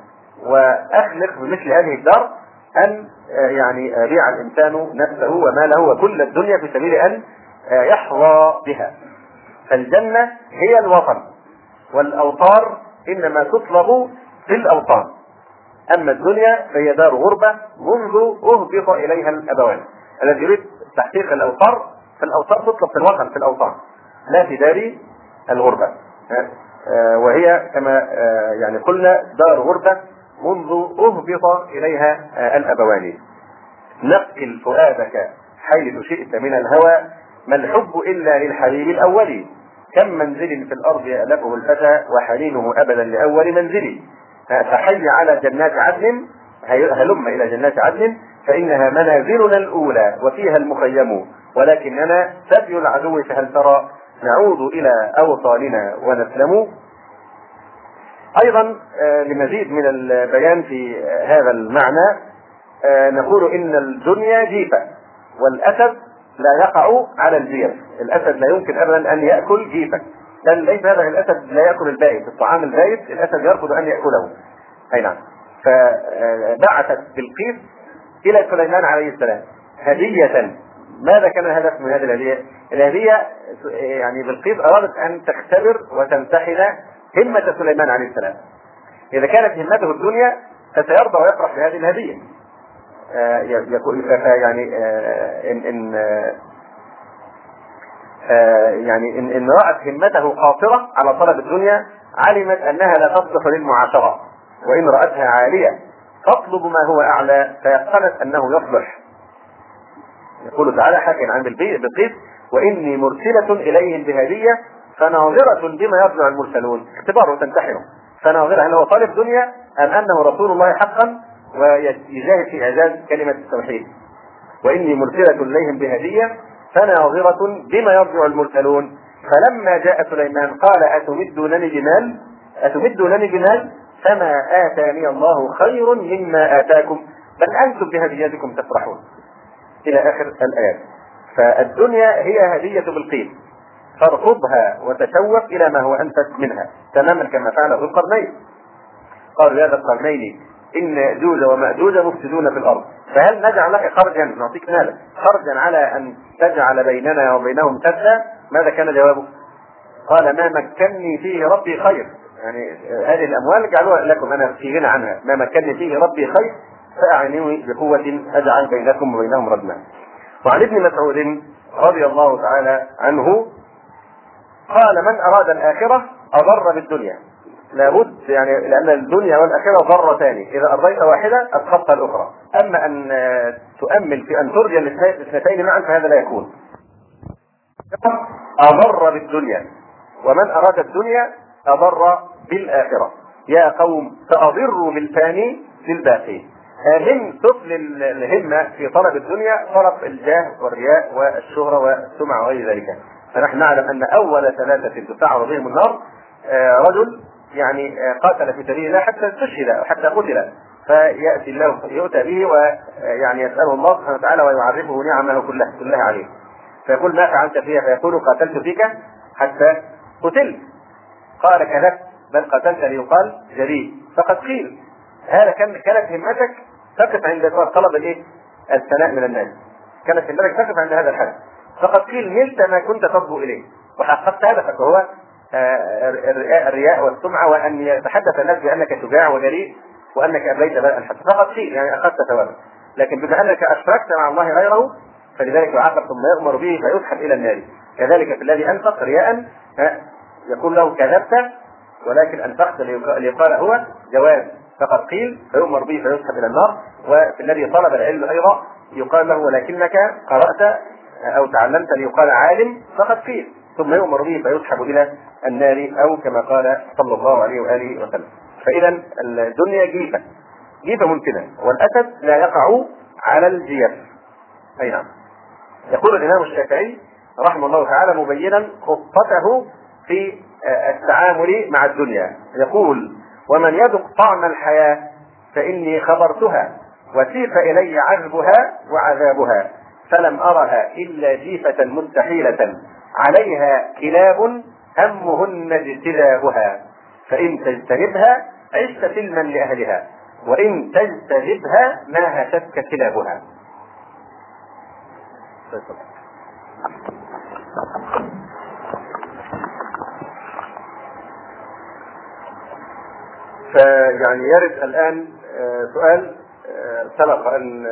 وأخلق بمثل هذه الدار أن يعني يبيع الإنسان نفسه وماله وكل الدنيا في سبيل أن يحظى بها. فالجنة هي الوطن، والأوطار إنما تطلب في الأوطان، أما الدنيا فهي دار غربة منذ أهبط إليها الأبوان. الذي يريد تحقيق الأوطار فالأوطار تطلب في الوطن في الأوطان لا في دار الغربة، وهي كما يعني قلنا دار غربة منذ أهبط إليها الأبوان. نقل فؤادك حيث شئت من الهوى، ما الحب إلا للحبيب الأول، كم منزل في الأرض يألفه الفتى وحنينه أبدا لأول منزل، فحي على جنات عدن، هلم إلى جنات عدن فإنها منازلنا الأولى وفيها المخيم، ولكننا سبي العدو فهل ترى نعود إلى أوطاننا ونسلم. أيضا لمزيد من البيان في هذا المعنى نقول إن الدنيا جيفة، والأسد لا يقع على الجيف. الأسد لا يمكن أبدا أن يأكل جيفا، بل ليس هذا الأسد لا يأكل البائس، الطعام البائس الأسد يرفض أن يأكله. أي نعم. فبعثت بلقيس إلى سليمان عليه السلام هدية. ماذا كان الهدف من هذه الهدية؟ الهدية يعني بلقيس أرادت أن تختبر وتمتحن همة سليمان عليه السلام. إذا كانت همته الدنيا فسيرضى ويفرح بهذه الهدية. يعني إن رأت همته قاصرة على طلب الدنيا علمت أنها لا تصلح للمعاشرة، وإن رأتها عالية تطلب ما هو أعلى فيقنت أنه يصلح. يقول تعالى حكيا عن بلقيس: وإني مرسلة إليهم بهدية فناظرة بما يرجع المرسلون. اختبار وتمتحنه، فناظرة هل هو طالب دنيا أم أنه رسول الله حقا ويجاهد في إعزاز كلمة التوحيد. وإني مرسلة إليهم بهدية فناظرة بما يرجع المرسلون. فلما جاء سليمان قال: أتمدونني بمال فما آتاني الله خير مما آتاكم بل أنتم بهديتكم تفرحون، إلى آخر الآيات. فالدنيا هي هدية بلقيس، فارفضها وتشوف إلى ما هو أنفس منها، تماما كما فعل ذو القرنين. قال يا ذا القرنين إن يأجوج ومأجوج مفسدون في الأرض فهل نجعل لك خرجا، نعطيك مالا خرجا على أن تجعل بيننا وبينهم سدا؟ ماذا كان جوابه؟ قال: ما مكنني فيه ربي خير. يعني هذه الأموال جعلوها لكم، أنا في غنى عنها. ما مكنني فيه ربي خير فأعنوني بقوة أجعل بينكم وبينهم ردما. وعن ابن مسعود رضي الله تعالى عنه قال: من أراد الآخرة أضر بالدنيا. لابد يعني، لأن الدنيا والآخرة ضرتان، إذا أرضيت واحدة أسقطت الأخرى. أما أن تؤمل في أن ترجى الاثنتين معا فهذا لا يكون. أضر بالدنيا، ومن أراد الدنيا أضر بالآخرة. يا قوم فأضروا بالفاني للباقي. من سفل الهمة في طلب الدنيا طلب الجاه والرياء والشهرة والسمعة وغير ذلك. فنحن نعلم أن أول ثلاثة تسعر بهم النار رجل يعني قاتل في سبيل الله حتى استشهد أو حتى قتل، فيأتي الله يؤتى به ويعني يسأله الله سبحانه وتعالى ويعرفه نعمه كلها عليه، فيقول ما فعلت فيها؟ فيقول قاتلت فيك حتى قتلت. قال كذبت، بل قتلت ليقال جريء. فقد قيل هذا كانت همتك تقف عند طلب الثناء من الناس، كانت همتك تقف عند هذا الحد، فقد قيل نلت ما كنت تطلب اليه وحققت هدفك، وهو الرياء والسمعه، وان يتحدث الناس بانك شجاع وجريء وانك ابليت بلاء الحد، فقد قيل يعني اخذت ثوابا. لكن بما انك اشركت مع الله غيره فلذلك يعاقب ثم يؤمر به فيسحب الى النار. كذلك في الذي انفق رياء يقول له كذبت ولكن انفقت ليقال هو جواز، فقد قيل فيؤمر به فيسحب الى النار. وفي الذي طلب العلم ايضا يقال له ولكنك قرات او تعلمت ليقال عالم، فقد قيل ثم يؤمر به فيسحب الى النار، او كما قال صلى الله عليه واله وسلم. فاذا الدنيا جيفه ممكنه، والاسد لا يقع على الجيف. اي نعم. يقول الامام الشافعي رحمه الله تعالى مبينا خطته في التعامل مع الدنيا، يقول ومن يذق طعم الحياة فإني خبرتها وسيف إلي عذبها وعذابها، فلم أرها إلا جيفة مستحيلة عليها كلاب همهن اجتذابها، فإن تجتنبها عشت سلما لأهلها وإن تجتذبها ما هشتك كلابها. فيعني يرد الآن سؤال سبق أن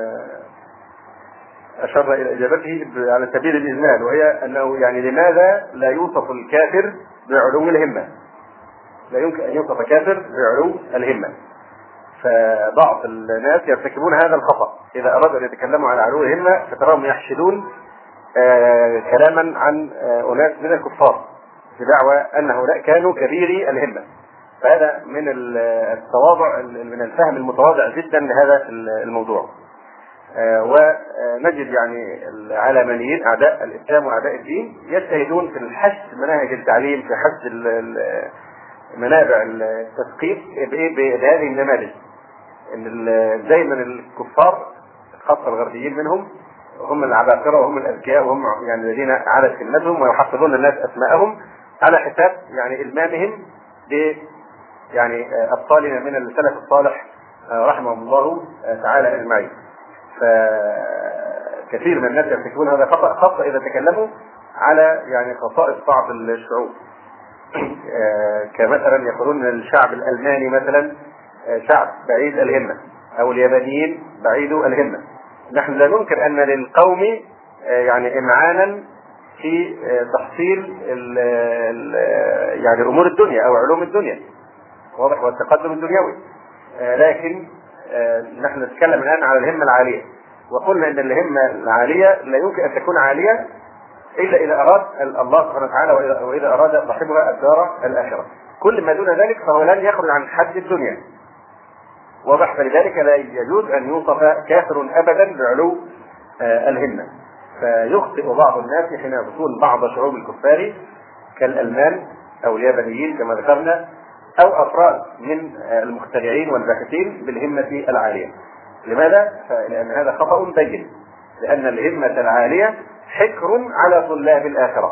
أشار إلى إجابته على سبيل الإجمال، وهي أنه يعني لماذا لا يوصف الكافر بعلو الهمة؟ لا يمكن أن يوصف كافر بعلو الهمة. فبعض الناس يرتكبون هذا الخطأ، إذا أرادوا أن يتكلموا عن علو الهمة فتراهم يحشدون كلاما عن أناس من الكفار بدعوى أن هؤلاء كانوا كبيري الهمة. فهذا من التواضع، من الفهم المتواضع جدا لهذا الموضوع. ونجد يعني العلمانيين أعداء الإسلام وأعداء الدين يجتهدون في الحشد مناهج التعليم، في حشد منابع التثقيف بهذه النماذج. إن دائما الكفار خاصة الغربيين منهم هم العباقرة وهم الأذكياء وهم يعني الذين علت همتهم ويحفظون الناس أسماءهم على حساب يعني إلمامهم ب يعني أبطالنا من السلف الصالح رحمهم الله تعالى أجمعين. فكثير من الناس يرتكبون هذا خطأ، خاصة إذا تكلموا على يعني خصائص بعض الشعوب، كمثلا يقولون الشعب الألماني مثلا شعب بعيد الهمة، أو اليابانيين بعيدوا الهمة. نحن لا ننكر أن للقوم يعني إمعانا في تحصيل يعني أمور الدنيا أو علوم الدنيا، واضح، والتقدم الدنيوي، لكن نحن نتكلم الآن على الهمة العالية، وقلنا أن الهمة العالية لا يمكن أن تكون عالية إلا إذا أراد الله سبحانه وتعالى وإذا أراد صاحبها الدار الآخرة. كل ما دون ذلك فهو لن يخرج عن حد الدنيا، واضح. فلذلك لا يجوز أن يوصف كافر أبدا بعلو الهمة. فيخطئ بعض الناس حين يصفون بعض شعوب الكفار كالألمان أو اليابانيين كما ذكرنا، أو أفراد من المخترعين والباحثين بالهمة العالية. لماذا؟ لأن هذا خطأ بين، لأن الهمة العالية حكر على طلاب الآخرة،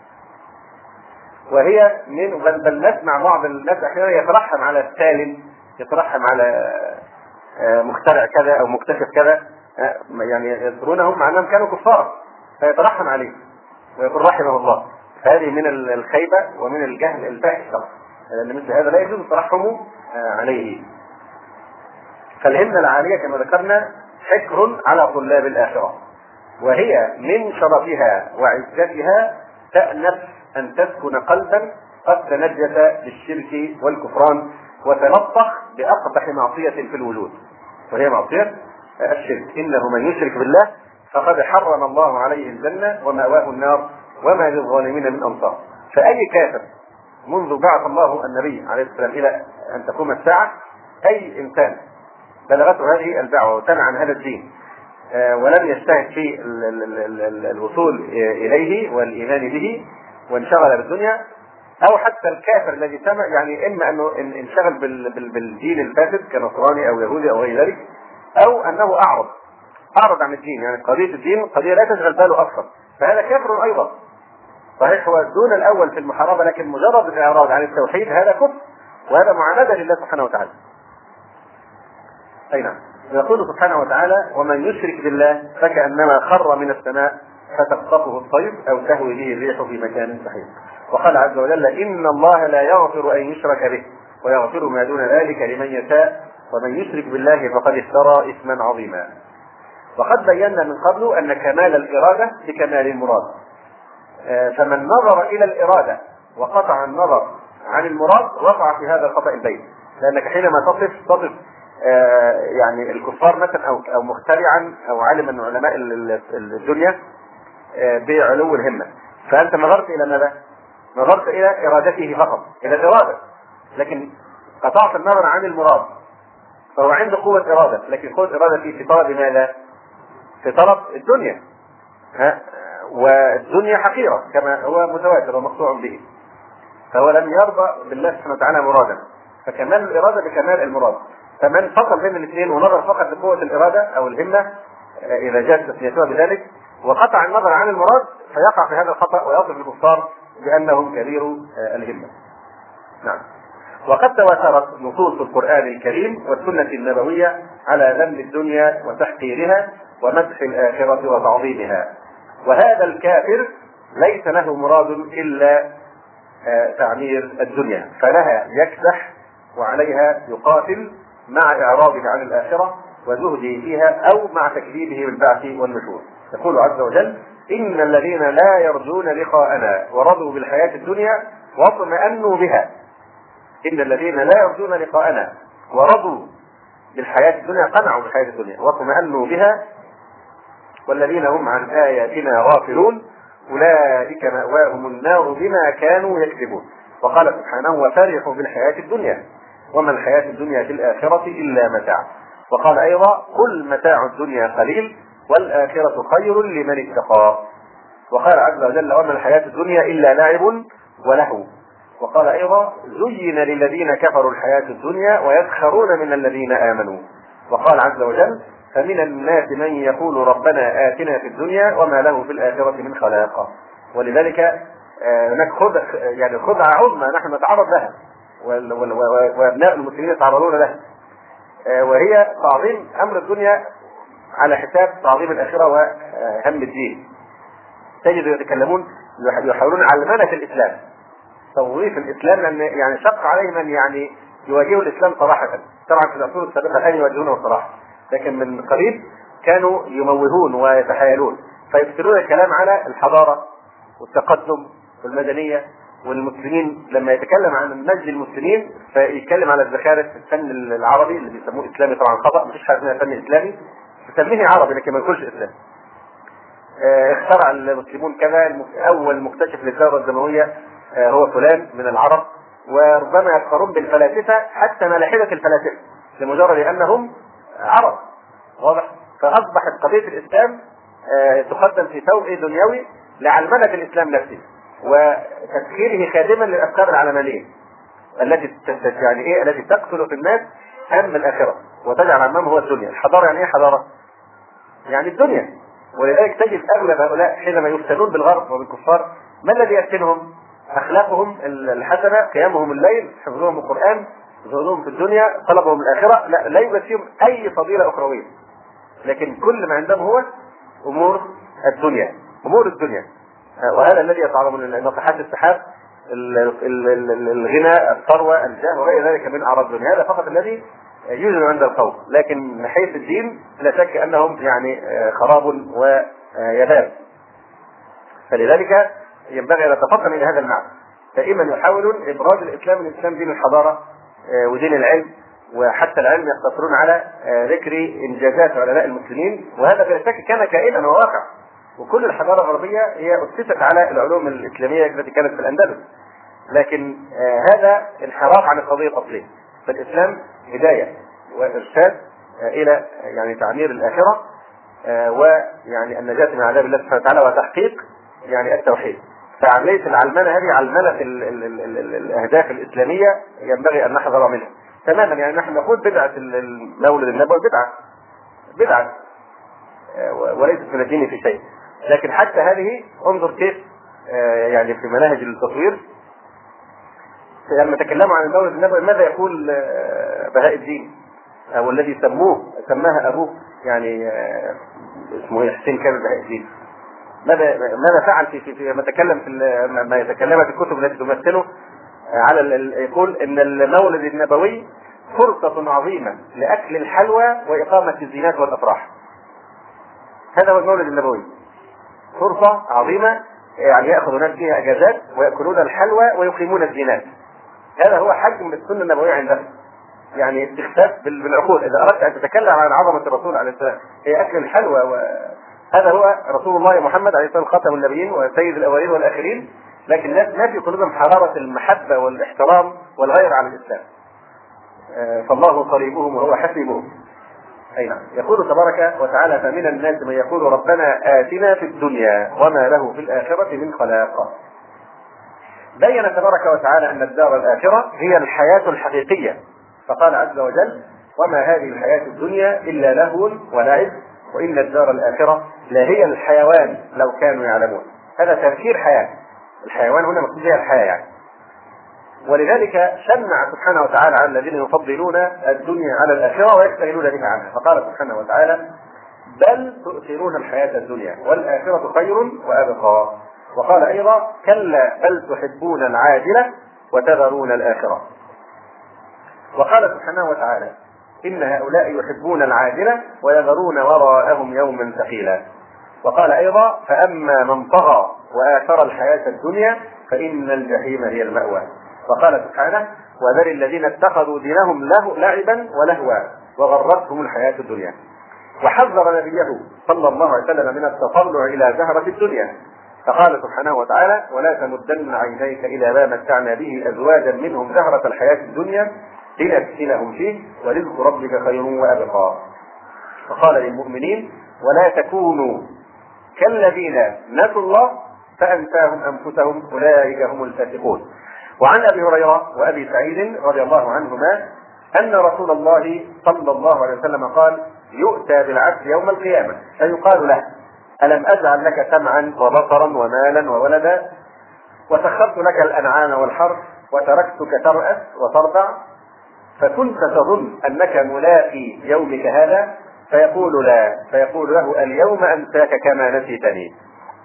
وهي من بل نسمع بعض الناس أحيانا يترحم على السالم، يترحم على مخترع كذا أو مكتشف كذا، يعني يذكرونهم مع أنهم كانوا كفار فيترحم عليه ويقول رحمه الله. فهذه من الخيبة ومن الجهل الفاحش، لأن مثل هذا لا يجوز الترحم عليه. فالهمة العالية كما ذكرنا حكر على طلاب الآخرة، وهي من شرفها وعزتها تأنف أن تسكن قلبا قد تنجس بالشرك والكفران وتلطخ بأقبح معصية في الوجود، وهي معصية الشرك. إنه من يشرك بالله فقد حرم الله عليه الجنة ومأواه النار وما للظالمين من أنصار. فأي كافر منذ بعث الله النبي عليه السلام إلى أن تقوم الساعة، أي إنسان بلغته هذه الدعوة وسمع عن هذا الدين ولم يجتهد في الوصول إليه والإيمان به وانشغل بالدنيا، أو حتى الكافر الذي سمع، يعني إما أنه انشغل بالدين الفاسد كنصراني أو يهودي أو غير ذلك، أو أنه أعرض عن الدين، يعني قضية الدين قضية لا تشغل باله أصلا، فهذا كافر أيضا. صحيح هو دون الأول في المحاربة، لكن مجرد الإعراض عن التوحيد هذا كفر، وهذا معاندة لله سبحانه وتعالى. أي نعم. يقول سبحانه وتعالى: ومن يشرك بالله فكأنما خر من السماء فتخطفه الطير أو تهوي به الريح في مكان سحيق. وقال عز وجل: إن الله لا يغفر أن يشرك به ويغفر ما دون ذلك لمن يشاء ومن يشرك بالله فقد افترى إثما عظيما. وقد بينا من قبل أن كمال الإرادة بكمال المراد، فمن نظر إلى الإرادة وقطع النظر عن المراد وقع في هذا الخطأ البين، لأنك حينما تصف يعني الكفار مثلا أو مخترعا أو عالما من علماء الدنيا بعلو الهمة، فأنت نظرت إلى ماذا؟ نظرت إلى إرادته فقط، إلى الإرادة، لكن قطعت النظر عن المراد. فهو عنده قوة إرادة، لكن قوة إرادة في طلب ماذا؟ في طلب الدنيا، والدنيا حقيرة كما هو متواتر ومقطوع به، فهو لم يرضى بالله سبحانه وتعالى مرادا، فكمال الإرادة بكمال المراد. فمن فصل بين الاثنين ونظر فقط لقوة الإرادة أو الهمة إذا جاءت تسميتها بذلك وقطع النظر عن المراد، فيقع في هذا الخطأ ويصف الكفار بأنهم كبير الهمة. نعم. وقد تواترت نصوص القرآن الكريم والسنة النبوية على ذم الدنيا وتحقيرها ومدح الآخرة وتعظيمها، وهذا الكافر ليس له مراد إلا تعمير الدنيا، فلها يكدح وعليها يقاتل مع إعراضه عن الآخرة وزهده فيها أو مع تكذيبه بالبعث والنشور. يقول عز وجل: إن الذين لا يرجون لقاءنا ورضوا بالحياة الدنيا واطمأنوا بها. إن الذين لا يرجون لقاءنا ورضوا بالحياة الدنيا، قنعوا بالحياة الدنيا واطمأنوا بها، والذين هم عن آياتنا غافلون أولئك مأواهم النار بما كانوا يكذبون. وقال سبحانه: وفرحوا بالحياة الدنيا وما الحياة الدنيا في الآخرة إلا متاع. وقال أيضا: قل متاع الدنيا قليل والآخرة خير لمن اتقى. وقال عز وجل: وما الحياة الدنيا إلا لعب ولهو. وقال أيضا: زين للذين كفروا الحياة الدنيا ويسخرون من الذين آمنوا. وقال عز وجل: فمن الناس من يقول ربنا آتنا في الدنيا وما له في الآخرة من خلاق. ولذلك هناك خدعة عظمى نحن نتعرض لها وابناء المسلمين يتعرضون لها، وهي تعظيم امر الدنيا على حساب تعظيم الاخره وهم الدين. تجد يتكلمون يحاولون علمنة الاسلام، توظيف الاسلام، لان يعني شق عليهم ان يعني يواجهوا الاسلام صراحه. طبعا في العصور السابقه الان يواجهونه صراحه، لكن من قريب كانوا يموهون ويتحايلون، فيكثرون الكلام على الحضاره والتقدم والمدنيه والمسلمين. لما يتكلم عن مجد المسلمين فيتكلم على الزخارف في الفن العربي اللي بيسموه اسلامي، طبعا خطا، مفيش حاجه اسمها فن اسلامي، يسميه عربي لكن ما يقولش اسلامي. اخترع المسلمون كذا، اول مكتشف للثوره الدمويه هو فلان من العرب، وربما يفخرون بالفلاسفه حتى ملاحده الفلاسفه لمجرد انهم عرب. واضح؟ فاصبحت قضيه الاسلام تقدم في ثوب دنيوي لعلمنه الاسلام نفسه وتسخيره خادما للافكار العلمانيه التي التي تقتل في الناس هم الاخره وتجعل امامه هو الدنيا. الحضاره يعني ايه حضاره؟ يعني الدنيا. ولذلك تجد اغلب هؤلاء حينما يفتنون بالغرب وبالكفار ما الذي يفتنهم؟ اخلاقهم الحسنه، قيامهم الليل، حفظهم القران، زهدهم في الدنيا، طلبهم الاخره، لا يوجد فيهم اي فضيله اخرويه، لكن كل ما عندهم هو امور الدنيا، امور الدنيا. وهذا الذي يتعرضون ناطحات السحاب، الغنى، الثروه، الجاه وغير ذلك من اعراض الدنيا. هذا فقط الذي يوجد عند القوم، لكن من حيث الدين لا شك انهم يعني خراب ويباب. فلذلك ينبغي ان نتفطن الى هذا المعنى. دائما يحاولون ابراز الاسلام دين الحضاره ودين العلم، وحتى العلم يقتصرون على ذكر انجازات علماء المسلمين، وهذا بلا شك كان كائنا وواقع. وكل الحضاره الغربيه هي اسست على العلوم الاسلاميه التي كانت في الاندلس، لكن هذا انحراف عن القضيه الاصليه. فالاسلام هدايه وارشاد الى يعني تعمير الاخره ويعني النجاة من عذاب الله سبحانه وتعالى وتحقيق يعني التوحيد. فعملية العلمنة هذه علمنة الأهداف الإسلامية ينبغي أن نحذر منها تماما. يعني نحن نقول بدعة المولد النبوي بدعة وليست من الدين في شيء، لكن حتى هذه انظر كيف يعني في مناهج التصوير لما تكلموا عن المولد النبوي ماذا يقول بهاء الدين أو الذي سماها أبوه يعني اسمه حسين كامل بهاء الدين، ماذا فعل في ما تكلم في ما يتكلم في الكتب التي تمثله على يقول ان المولد النبوي فرصة عظيمة لأكل الحلوى وإقامة الزينات والأفراح. هذا هو المولد النبوي، فرصة عظيمة يعني يأخذ الناس فيها أجازات ويأكلون الحلوى ويقيمون الزينات. هذا هو حجم السنة النبوية عندهم، يعني استخفاف بالعقول. إذا أردت أن تتكلم عن عظمة الرسول عليه السلام هي أكل الحلوى، وهذا هو رسول الله محمد عليه السلام خاتم النبيين وسيد الأولين والآخرين، لكن الناس ما في قلوبهم حرارة المحبة والاحترام والغير على الإسلام. فالله قريبهم وهو حسيبهم. أي نعم. يقول تبارك وتعالى فمن الناس من يقول ربنا آتنا في الدنيا وما له في الآخرة من خلاق. بين تبارك وتعالى أن الدار الآخرة هي الحياة الحقيقية، فقال عز وجل وما هذه الحياة الدنيا إلا لهو ولعب وإن الدار الآخرة لهي الحيوان لو كانوا يعلمون. هذا تفسير حياة الحيوان هنا مقصود بها الحياة يعني. ولذلك شنع سبحانه وتعالى على الذين يفضلون الدنيا على الآخرة ويستغلون بها عنها، فقال سبحانه وتعالى بل تؤثرون الحياة الدنيا والآخرة خير وأبقى. وقال أيضا كلا بل تحبون العاجلة وتذرون الآخرة. وقال سبحانه وتعالى إن هؤلاء يحبون العاجلة ويذرون وراءهم يوما ثقيلا. وقال أيضا فأما من طغى وآثر الحياة الدنيا فإن الجحيم هي المأوى. وقال سبحانه وذر الذين اتخذوا دينهم لعبا ولهوا وغرتهم الحياة الدنيا. وحذر نبيه صلى الله عليه وسلم من التطلع إلى زهرة الدنيا، فقال سبحانه وتعالى ولا تمدن عينيك إلى ما متعنا به أزواجا منهم زهرة الحياة الدنيا لنفتنهم فيه ورزق ربك خير وأبقى. فقال للمؤمنين ولا تكونوا كالذين نسوا الله فأنساهم أنفسهم أولئك هم الفاسقون. وعن أبي هريرة وأبي سعيد رضي الله عنهما أن رسول الله صلى الله عليه وسلم قال يؤتى بالعبد يوم القيامة فيقال له ألم أجعل لك سمعا وبصرا ومالا وولدا وسخرت لك الأنعام والحرث وتركتك ترأس وترضع فكنت تظن أنك ملاقي يومك هذا فيقول لا، فيقول له اليوم أنساك كما نسيتني.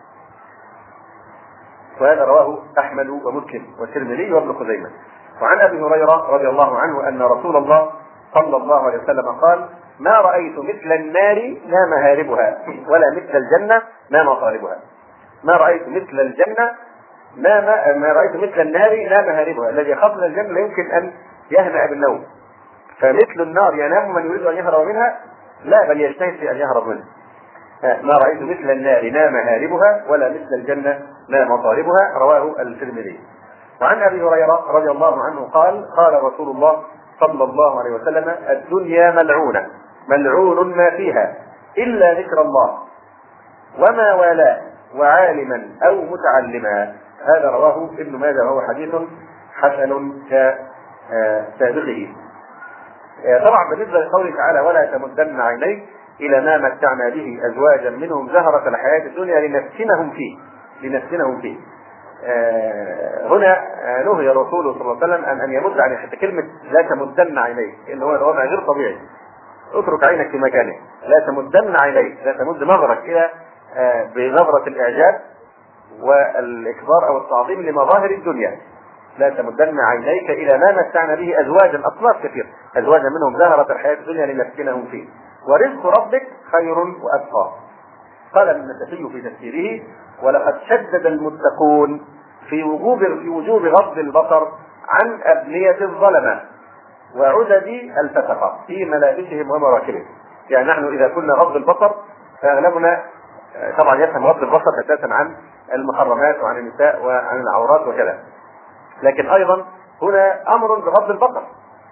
وهذا رواه أحمد ومسلم والترمذي وابن خزيمة. وعن أبي هريرة رضي الله عنه أن رسول الله صلى الله عليه وسلم قال ما رأيت مثل النار ما مهاربها ولا مثل الجنة ما مطالبها. ما رأيت مثل الجنة ما رأيت مثل النار ما مهاربها. الذي يخاف من الجنة لا يمكن أن يهنأ بالنوم، فمثل النار ينام من يريد أن يهرب منها لا بل يجتهد في أن يهرب منها. ما رأيت مثل النار ما مهاربها ولا مثل الجنة ما مطالبها. رواه الترمذي. وعن أبي هريرة رضي الله عنه قال قال رسول الله صلى الله عليه وسلم الدنيا ملعونة ملعون ما فيها إلا ذكر الله وما والاه وعالما أو متعلما. هذا رواه ابن ماجه وهو حديث حسن كسابقه. طبعا بالنسبة لقوله تعالى ولا تمدن عينيك إلى ما متعنا به أزواجا منهم زهرة الحياة الدنيا لنفتنهم فيه. هنا نهي الرسول صلى الله عليه وسلم أن يمد عينيه، حتى كلمة لا تمدن عينيك إن هو الوضع غير طبيعي، اترك عينك في مكانه، لا تمدن عينيك، لا تمد نظرك إلى بنظرة الإعجاب والإكبار أو التعظيم لمظاهر الدنيا. لا تمدن عينيك إلى ما متعنا به أزواجا أصناف كثير أزواجا منهم زهرة الحياة الدنيا لنفتنهم فيه ورزق ربك خير وأبقى. قال النسائي في تفسيره ولقد شدد المتقون في وجوب غض البصر عن أبنية الظلمة وعدد الفسقة في ملابسهم ومراكبهم. يعني نحن إذا كنا غض البصر فأغلبنا طبعا يفهم غض البصر أساسا عن المحرمات وعن النساء وعن العورات وكذا، لكن أيضا هنا أمر بغض البصر.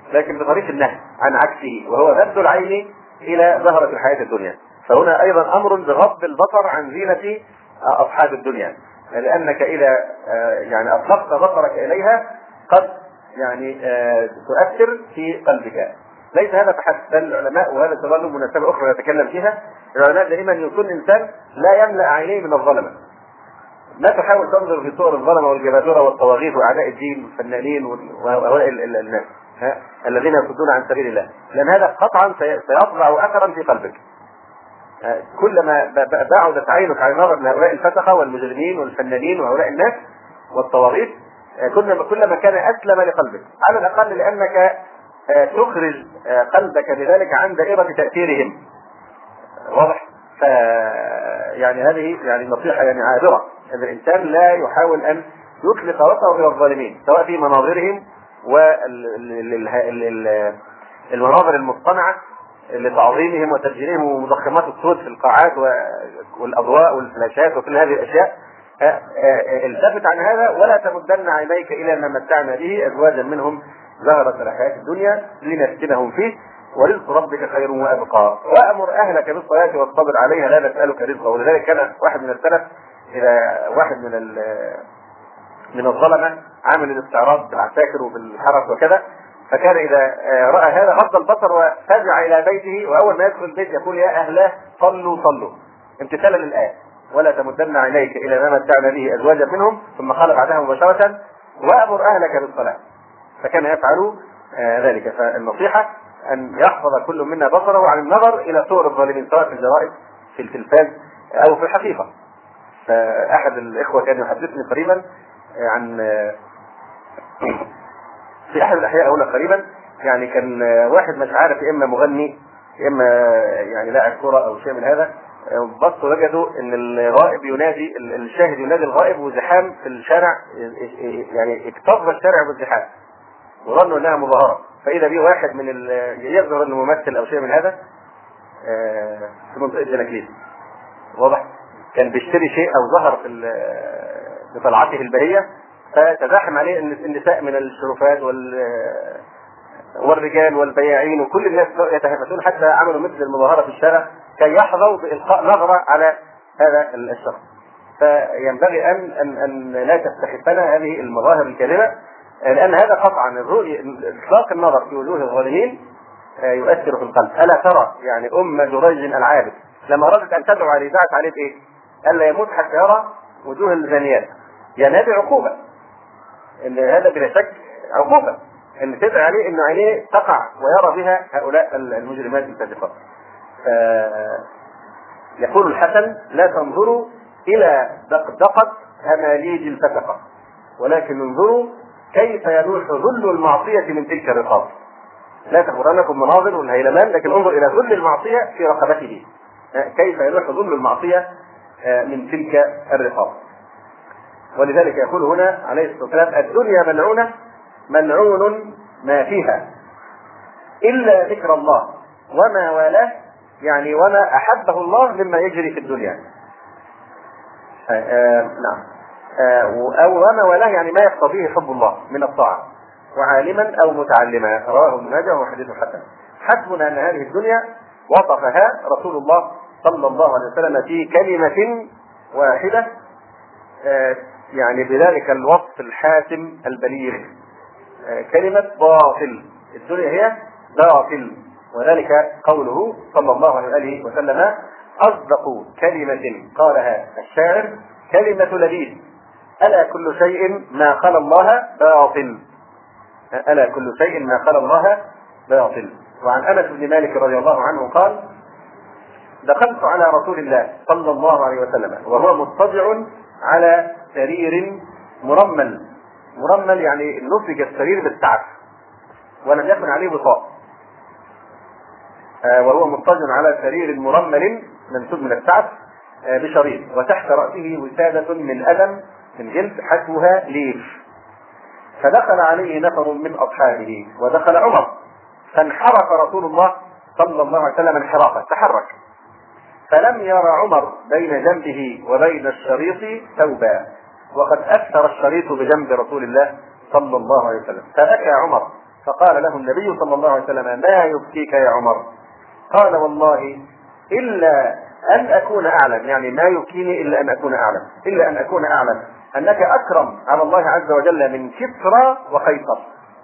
لكن بطريق النهي عن عكسه، وهو مد العين الى زهرة الحياة الدنيا. فهنا ايضا امر بغض البصر عن زينة اصحاب الدنيا، لانك اذا يعني اطلقت بصرك اليها قد يعني تؤثر في قلبك. ليس هذا فحسب، بل العلماء، وهذا تظل مناسبة اخرى نتكلم فيها، العلماء دائما يكون الانسان لا يملأ عينيه من الظلمة. لا تحاول تنظر في صور الظلمة والجبابرة والطواغيت واعداء الدين والفنانين وهؤلاء الناس الذين يصدون عن سبيل الله، لان هذا قطعا سيطبع اثرا في قلبك. كلما بعدت عينك عن النظر لهؤلاء الفسقة والمجرمين والفنانين وهؤلاء الناس والطواغيت، كلما كان اسلم لقلبك على الاقل، لانك تخرج قلبك بذلك عن دائرة تأثيرهم. واضح؟ يعني هذه يعني نصيحة يعني عابرة، ان الانسان لا يحاول ان يطلق بصره الى الظالمين، سواء في مناظرهم والمناظر المصطنعة لتعظيمهم وتسجيلهم ومضخمات الصوت في القاعات والاضواء والفلاشات وكل هذه الاشياء. التفت عن هذا، ولا تمدن عينيك الى ما متعنا به ازواجا منهم زهرة الحياة الدنيا لنفتنهم فيه، ورزق ربك خير وابقى، وامر اهلك بالصلاة والصبر عليها لا نسألك رزقا. ولذلك كان واحد من السلف اذا واحد من الظلمة عامل الاستعراض بالعساكر وبالحرس وكذا، فكان اذا راى هذا غض البصر وفزع الى بيته، واول ما يدخل البيت يقول يا اهله صلوا صلوا، امتثالا للايه، ولا تمدن عينيك الى ما متعنا به ازواجا منهم، ثم قال بعدها مباشرة وامر اهلك بالصلاة. فكان يفعل ذلك. فالنصيحة ان يحفظ كل منا بصره عن النظر الى صور الظالمين، سواء في الجرائد في التلفاز او في الحقيقة. فاحد الاخوة كان يحدثني قريبا عن في احد الاحياء هنا قريبا، يعني كان واحد مش عارف اما مغني اما يعني لاعب كرة او شيء من هذا، بصوا وجدوا ان الغائب ينادي، الشاهد ينادي الغائب، وزحام في الشارع، يعني اكتظ الشارع بالزحام، وظنوا انها مظاهرة. فاذا به واحد من يظهر انه ممثل او شيء من هذا في منطقة جناكليس، واضح، كان بيشتري شيء او ظهر في طلعته البهية، فتزاحم عليه النساء من الشرفات والرجال والبياعين وكل الناس يتهافتون، حتى عملوا مثل المظاهرة في الشارع كي يحظوا بإلقاء نظرة على هذا الشخص. فينبغي أن لا تستخفنا هذه المظاهر الكاذبة، لأن هذا قطعا إطلاق النظر في وجوه الظالمين يؤثر في القلب. ألا ترى يعني جريج العابد لما أرادت أن تدعو عليه دعت عليه بإيه؟ ألا يموت حتى يرى وجوه الزانيات. يعني هذه عقوبة، إن هذا بلا شك عقوبة، إن تدعي عليه إن عينيه تقع ويرى بها هؤلاء المجرمات الفاسقات. يقول الحسن لا تنظروا إلى دقدقة هماليج الفسقة، ولكن انظروا كيف يلوح ذل المعصية من تلك الرقاب. لا تغرنكم مناظر والهيلمان، لكن انظر إلى ذل المعصية في رقبته، كيف يلوح ذل المعصية من تلك الرقاب. ولذلك يقول هنا عليه الصلاة والسلام الدنيا ملعونة ملعون ما فيها إلا ذكر الله وما والاه، يعني وما أحبه الله مما يجري في الدنيا. نعم، أو وما والاه يعني ما يقتضيه حب الله من الطاعة، وعالما أو متعلما. رواه ابن ماجه وحديث حسن. حسبنا أن هذه الدنيا وصفها رسول الله صلى الله عليه وسلم في كلمة واحدة، يعني بذلك الوصف الحاسم البليغ، كلمة باطل. الدنيا هي باطل، وذلك قوله صلى الله عليه وسلم أصدق كلمة قالها الشاعر كلمة لبيب ألا كل شيء ما خلا الله باطل، ألا كل شيء ما خلا الله باطل. وعن أنس بن مالك رضي الله عنه قال دخلت على رسول الله صلى الله عليه وسلم وهو مضطجع على سرير مرمل يعني نسج السرير بالسعف ولم يكن عليه وطاء، وهو مضطجع على سرير مرمل منسوج من السعف بشريط، وتحت رأسه وسادة من أدم من جلد حشوها ليف. فدخل عليه نفر من أصحابه ودخل عمر، فانحرف رسول الله صلى الله عليه وسلم انحرافا، تحرك، فلم يرى عمر بين جنبه وبين الشريط ثوبا، وقد أثر الشريط بجنب رسول الله صلى الله عليه وسلم. فبكى عمر فقال له النبي صلى الله عليه وسلم: ما يبكيك يا عمر؟ قال: والله إلا أن أكون أعلم، يعني ما يبكيني إلا أن أكون أعلم، إلا أن أكون أعلم أنك أكرم على الله عز وجل من كسرى وقيصر،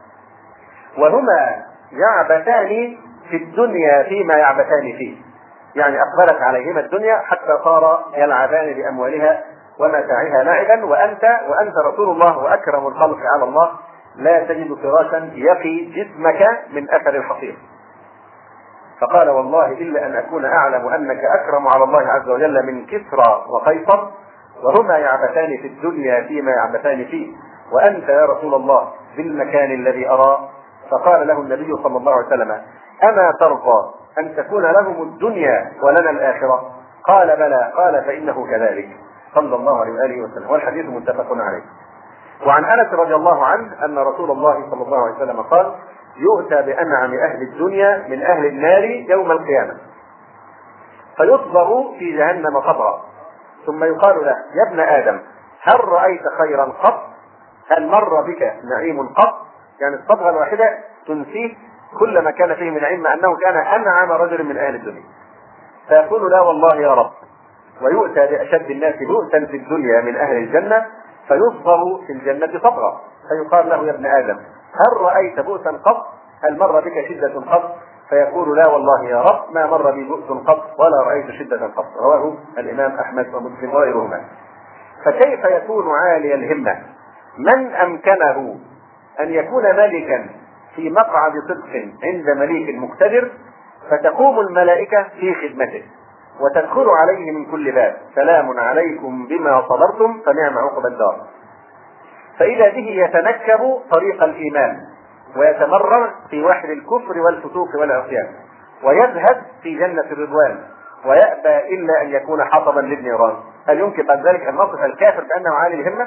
وهما يعبثان في الدنيا فيما يعبثان فيه، يعني أقبلت عليهما الدنيا حتى صار يلعبان بأموالها ومتاعها لعبا، وأنت رسول الله وأكرم الخلق على الله، لا تجد فراشا يقي جسمك من أثر الحصير. فقال: والله إلا أن أكون أعلم أنك أكرم على الله عز وجل من كسرى وقيصر، وهما يعبثان في الدنيا فيما يعبثان فيه، وأنت يا رسول الله بالمكان الذي أرى. فقال له النبي صلى الله عليه وسلم: أما ترضى أن تكون لهم الدنيا ولنا الآخرة؟ قال: بلى. قال: فإنه كذلك، صلى الله عليه وآله وسلم. والحديث متفق عليه. وعن أنس رضي الله عنه أن رسول الله صلى الله عليه وسلم قال: يؤتى بأنعم أهل الدنيا من أهل النار يوم القيامة، فيصبغ في جهنم صبغا، ثم يقال له: يا ابن آدم، هل رأيت خيرا قط؟ هل مر بك نعيم قط؟ يعني الصبغة الواحدة تنسيه كل ما كان فيه من نعيم، أنه كان أنعم رجل من أهل الدنيا. فيقول: لا والله يا رب. ويؤتى بأشد الناس بؤسا في الدنيا من أهل الجنة، فيصبغ في الجنة صبغا، فيقال له: يا ابن آدم، هل رأيت بؤسا قط؟ هل مر بك شدة قط؟ فيقول: لا والله يا رب، ما مر بي بؤس قط ولا رأيت شدة قط. رواه الإمام أحمد ومسلم وغيرهما. فكيف يكون عالي الهمة من أمكنه أن يكون ملكا في مقعد صدق عند مليك مقتدر، فتقوم الملائكة في خدمته وتدخل عليه من كل باب: سلام عليكم بما صبرتم فنعم عقبى الدار. فإذا به يتنكب طريق الإيمان ويتمرر في وحل الكفر والفسوق والعصيان، ويذهب في جنة الرضوان، ويأبى إلا أن يكون حطبا للنيران. هل يمكن بعد ذلك أن نصف الكافر بأنه عالي الهمة؟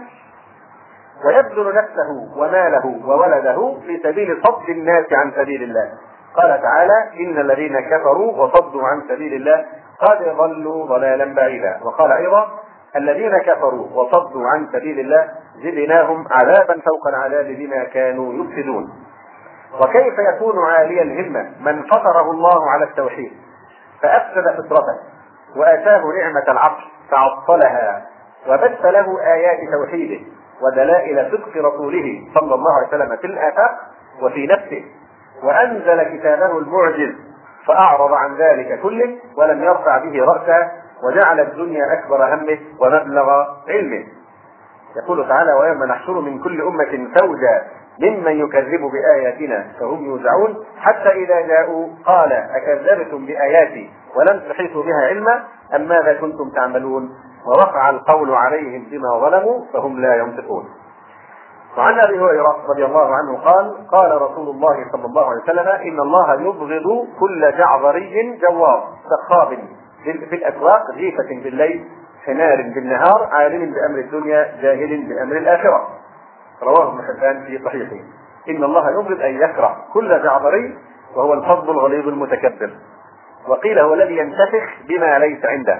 ويبذل نفسه وماله وولده في سبيل صد الناس عن سبيل الله. قال تعالى: إن الذين كفروا وصدوا عن سبيل الله قد ضلوا ضلالا بعيدا. وقال أيضا: الذين كفروا وصدوا عن سبيل الله زدناهم عذابا فوق العذاب بما كانوا يفسدون. وكيف يكون عالي الهمة من فطره الله على التوحيد فأفسد فطرته وآتاه نعمة العقل فعطلها، وبث له آيات توحيده ودلائل صدق رسوله صلى الله عليه وسلم في الآفاق وفي نفسه، وأنزل كتابه المعجز فأعرض عن ذلك كله ولم يرفع به رأسه، وجعل الدنيا أكبر همه ومبلغ علمه. يقول تعالى: ويوم نحشر من كل أمة فوجا ممن يكذب بآياتنا فهم يوزعون حتى إذا جاءوا قال: أكذبتم بآياتي ولم تحيطوا بها علما أم ماذا كنتم تعملون؟ ووقع القول عليهم بما ظلموا فهم لا ينطقون. وعن أبي هريرة رضي الله عنه قال: قال رسول الله صلى الله عليه وسلم: إن الله يبغض كل جعظري جواب سخاب في الأسواق جيفة بالليل حمار بالنهار عالم بأمر الدنيا جاهل بأمر الآخرة. رواه ابن حبان في صحيحه. إن الله يبغض أن يكره كل جعظري، وهو الفظ الغليظ المتكبر. وقيل: هو الذي ينتفخ بما ليس عنده.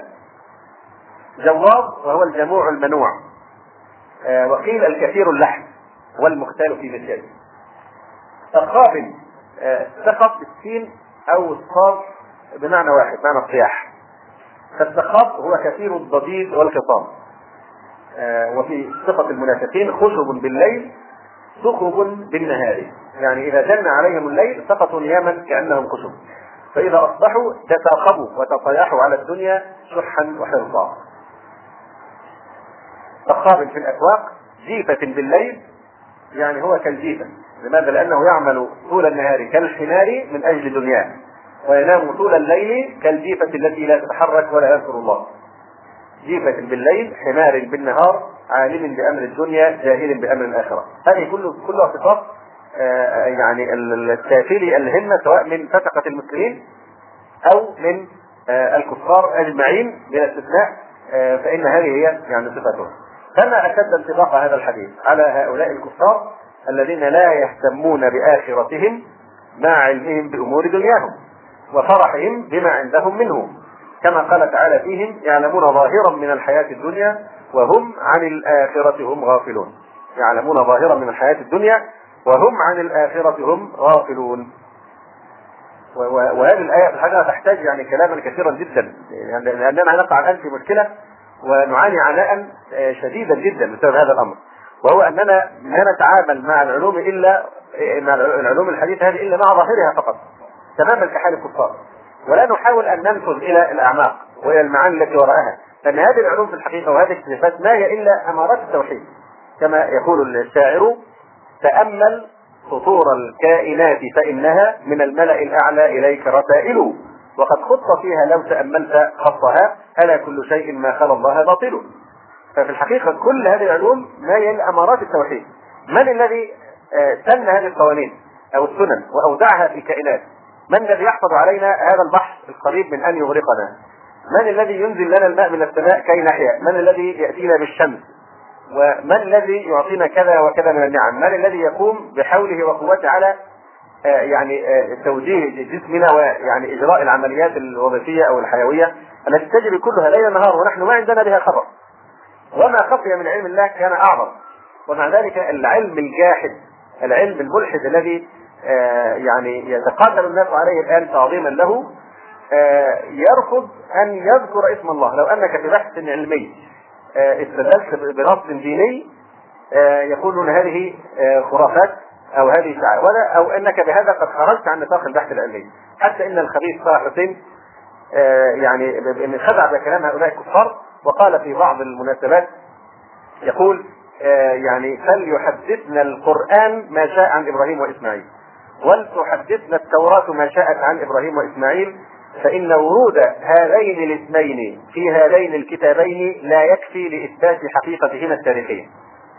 جواب وهو الجموع المنوع. وقيل: الكثير اللحم والمختال في مثاله. سخاب سخط بالسين أو الصاد بمعنى واحد، معنى الصياح. فالسخاب هو كثير الضجيج والخصام. وفي صفة المنافقين: خشب بالليل سخب بالنهار، يعني إذا جن عليهم الليل سقطوا نياما كأنهم خشب، فإذا أصبحوا تساخبوا وتصايحوا على الدنيا شحا وحرصا. سخاب في الأسواق، جيفة بالليل، يعني هو كالجيفة. لماذا؟ لأنه يعمل طول النهار كالحمار من أجل دنياه، وينام طول الليل كالجيفة التي لا تتحرك ولا يذكر الله. جيفة بالليل، حمار بالنهار، عالم بأمر الدنيا جاهل بأمر الآخرة. هذه كلها صفات يعني السافلي الهمة، سواء من فسقة المسلمين أو من الكفار أجمعين بلا استثناء، فإن هذه هي يعني صفاتهم. فما أشد انطباق هذا الحديث على هؤلاء الكفار الذين لا يهتمون بآخرتهم مع علمهم بأمور دنياهم وفرحهم بما عندهم منه، كما قال تعالى فيهم: يعلمون ظاهرا من الحياة الدنيا وهم عن الآخرة هم غافلون. يعلمون ظاهرا من الحياة الدنيا وهم عن الآخرة هم غافلون. وهذه الآية في الحقيقة تحتاج يعني كلاما كثيرا جدا، يعني لأننا نقع الآن في مشكلة ونعاني عناء شديدا جدا بسبب هذا الأمر، وهو أننا لا نتعامل مع العلوم إلا مع العلوم الحديثة هذه إلا مع ظاهرها فقط تماما كحال الكفار، ولا نحاول أن ننفذ إلى الأعماق وإلى المعاني التي وراءها، لأن هذه العلوم في الحقيقة وهذه الاكتشافات ما هي إلا أمارات التوحيد، كما يقول الشاعر: تأمل سطور الكائنات فإنها من الملأ الأعلى إليك رسائل، وقد خط فيها لو تأملت خطها، ألا كل شيء ما خلا الله باطل. ففي الحقيقة كل هذه العلوم ما هي أمارات التوحيد. من الذي سن هذه القوانين أو السنن وأودعها في الكائنات؟ من الذي يحفظ علينا هذا البحر القريب من أن يغرقنا؟ من الذي ينزل لنا الماء من السماء كي نحيا؟ من الذي يأتينا بالشمس؟ ومن الذي يعطينا كذا وكذا من النعم؟ من الذي يقوم بحوله وقوته على يعني توجيه جسمنا ويعني إجراء العمليات الوظيفية أو الحيوية التي تجري كلها ليل نهار ونحن ما عندنا بها خبر؟ وما خفي من علم الله كان أعظم. ومع ذلك العلم الجاحد، العلم الملحد الذي يعني يتقاتل الناس عليه الآن تعظيما له، يرفض أن يذكر اسم الله. لو أنك في بحث علمي استدلت بنص ديني يقولون هذه خرافات أو هذه شعوذة، أو أنك بهذا قد خرجت عن نطاق البحث العلمي. حتى إن الخبيث صلاح حسين يعني خدع بكلام هؤلاء الكفار، وقال في بعض المناسبات يقول يعني: فليحدثنا القرآن ما شاء عن إبراهيم وإسماعيل، ولتحدثنا التوراة ما شاءت عن إبراهيم وإسماعيل، فإن ورود هذين الاثنين في هذين الكتابين لا يكفي لإثبات حقيقتهما التاريخية.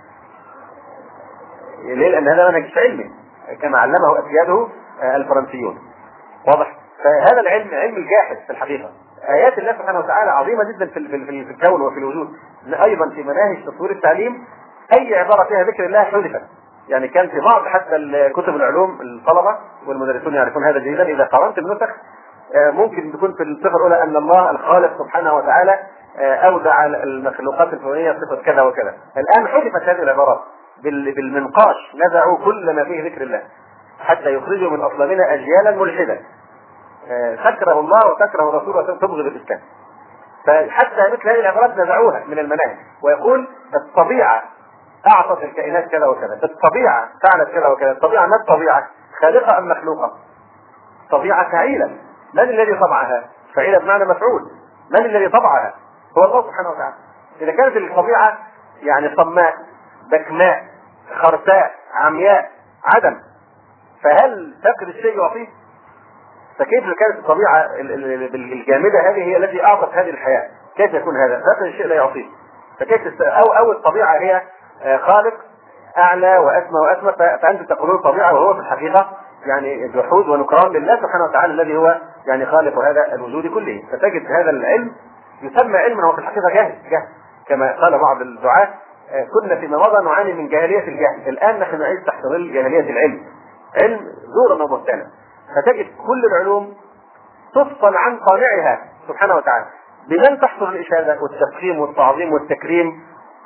ليه؟ لأن هذا منهج علمي كما علمه أسياده الفرنسيون. واضح؟ فهذا العلم علم الجاحد في الحقيقة. آيات الله سبحانه وتعالى عظيمة جدا في الكون وفي الوجود. أيضا في مناهج تطوير التعليم أي عبارة فيها ذكر الله حذفت. يعني كان في بعض حتى كتب العلوم الطلبة والمدرسون يعرفون هذا جيدا، إذا قرأت النسخ ممكن تكون في الصفة الأولى أن الله الخالق سبحانه وتعالى أودع المخلوقات الفلانية صفة كذا وكذا. الآن حذفت هذه العبارات بالمنقاش، نزعوا كل ما فيه ذكر الله حتى يخرجوا من أصلابنا أجيالا ملحدة تكره الله وتكره رسوله تبغض الإسلام. فحتى مثل هذه العبارات نزعوها من المناهج، ويقول الطبيعة أعطت الكائنات كذا وكذا، الطبيعة فعلت كذا وكذا. الطبيعة ما الطبيعة خالقة أم مخلوقة؟ طبيعة فعيلة. من الذي طبعها؟ فعيلة بمعنى مفعول. من الذي طبعها؟ هو الله سبحانه وتعالى. إذا كانت الطبيعة يعني صماء بكماء خرساء عمياء عدم، فهل فقد الشيء يعطيه؟ فكيف كانت الطبيعة الجامدة هذه هي التي أعطت هذه الحياة؟ كيف يكون هذا؟ فقد الشيء لا يعطيه. فكيف أو الطبيعة هي خالق أعلى وأسمى وأسمى، فأنت تقولون طبيعة وهو في الحقيقة يعني جحود ونكران لله سبحانه وتعالى الذي هو يعني خالق هذا الوجود كله. فتجد هذا العلم يسمى علما وهو في الحقيقة جهل كما قال بعض الدعاة: كنا فيما مضى نعاني من جاهلية الجهل، الآن نحن نعيش تحت ظل جاهلية العلم، علم زورا وبهتانا. فتجد كل العلوم تفصل عن صانعها سبحانه وتعالى. بمن تحصل الإشادة والتفخيم والتعظيم والتكريم؟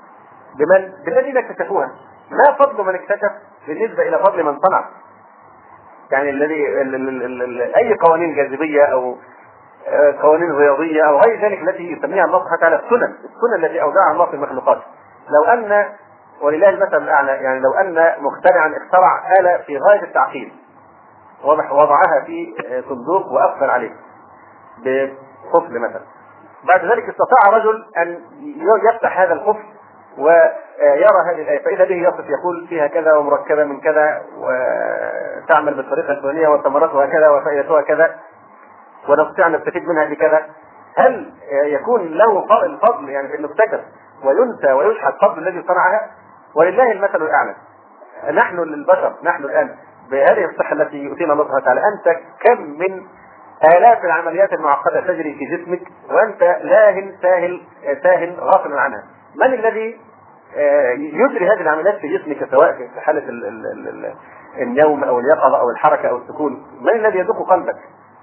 بمن؟ بالذين اكتشفوها. ما فضل من اكتشف بالنسبة إلى فضل من صنع؟ يعني الذي أي قوانين جاذبية أو قوانين رياضية أو غير ذلك التي يسميها الله سبحانه وتعالى السنن التي أودعها الله في المخلوقات. لو أن ولله المثل الأعلى، يعني لو أن مخترعا اخترع آلة في غاية التعقيد وضعها في صندوق وأقفل عليه بقفل مثلا، بعد ذلك استطاع رجل أن يفتح هذا القفل ويرى هذه الآية، فإذا به يصف يقول فيها كذا ومركبة من كذا وتعمل بالطريقة الفلانية وثمرتها كذا وفائدتها كذا ونستطيع أن نستفيد منها بكذا. هل يكون له الفضل يعني في أنه ابتكر وينسى ويشحت فضل الذي صنعها؟ ولله المثل الأعلى. نحن البشر نحن الآن بهذه الصحة التي يؤتينا الله سبحانه وتعالى، أنت كم من آلاف العمليات المعقدة تجري في جسمك وأنت لاهن ساهل غافل عنها. من الذي يجري هذه العمليات في جسمك سواء في حالة النوم أو اليقظة أو الحركة أو السكون؟ من الذي يدق قلبك؟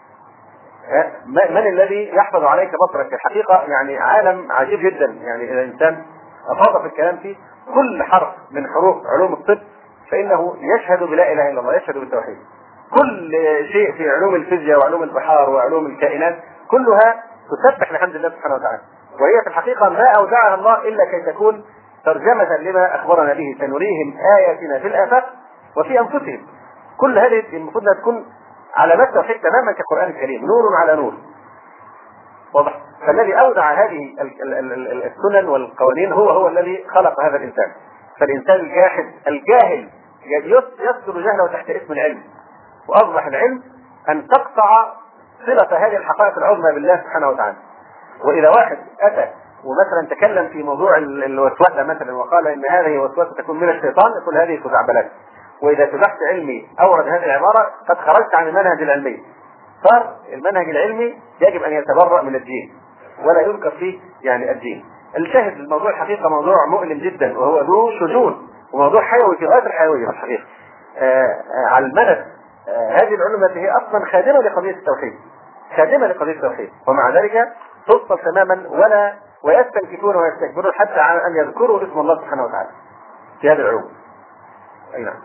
من الذي يحفظ عليك بصرك؟ الحقيقة يعني عالم عجيب جدا. يعني إذا الإنسان أفاض في الكلام فيه كل حرف من حروف علوم الطب فإنه يشهد بلا إله إلا الله، يشهد بالتوحيد. كل شيء في علوم الفيزياء وعلوم البحار وعلوم الكائنات كلها تسبح بحمد الله سبحانه وتعالى، وهي في الحقيقة ما أودعها الله إلا كي تكون ترجمة لما أخبرنا به: سنريهم آياتنا في الآفاق وفي أنفسهم. كل هذه المفروض تكون علامات توحيد تماما كالقرآن الكريم، نور على نور. واضح؟ فالذي أودع هذه السنن والقوانين هو الذي خلق هذا الإنسان. فالإنسان الجاهل يصدر جهله تحت اسم العلم، وأصبح العلم أن تقطع صلة هذه الحقائق العظمى بالله سبحانه وتعالى. وإذا واحد أتى ومثلا تكلم في موضوع الوسوسة مثلا وقال إن هذه وسوسة تكون من الشيطان، يقول هذه خزعبلات. وإذا تبحث علمي أورد هذه العبارة قد خرجت عن المنهج العلمي. صار المنهج العلمي يجب أن يتبرأ من الدين ولا يذكر فيه يعني الدين. الشاهد الموضوع الحقيقة موضوع مؤلم جدا، وهو ذو شجون وموضوع حيوي في غاية الحيوية في الحقيقة. على المدى هذه العلوم التي هي أصلا خادمة لقضية التوحيد، خادمة لقضية التوحيد، ومع ذلك تبطل تماما ويستنكفون ويستكبرون حتى على أن يذكروا اسم الله سبحانه وتعالى في هذه العلوم. أي نعم.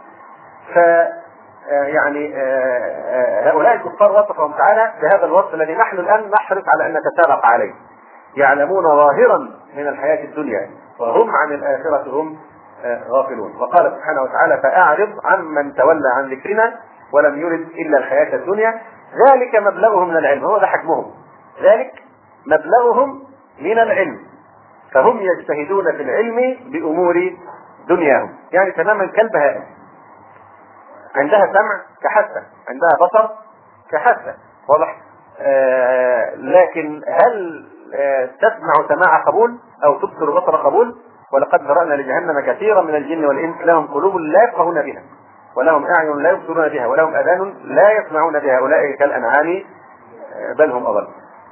يعني هؤلاء الكفار وصفهم تعالى بهذا الوصف الذي نحن الآن نحرص على أن نتسابق عليه: يعلمون ظاهرا من الحياة الدنيا وهم عن الآخرة هم غافلون. وقال سبحانه وتعالى: فأعرض عمن تولى عن ذكرنا ولم يرد إلا الحياة الدنيا ذلك مبلغهم من العلم. هو ده حكمهم، ذلك مبلغهم من العلم، فهم يجتهدون في العلم بأمور دنياهم، يعني تماما كالبهائم. عندها سمع كحاسة، عندها بصر كحاسة. واضح؟ لكن هل تسمع سماع قبول أو تبصر بصر قبول؟ ولقد ذرأنا لجهنم كثيرا من الجن والإنس لهم قلوب لا يفقهون بها ولهم أعين لا يبصرون بها ولهم آذان لا يسمعون بها أولئك كالأنعام بل هم أضل.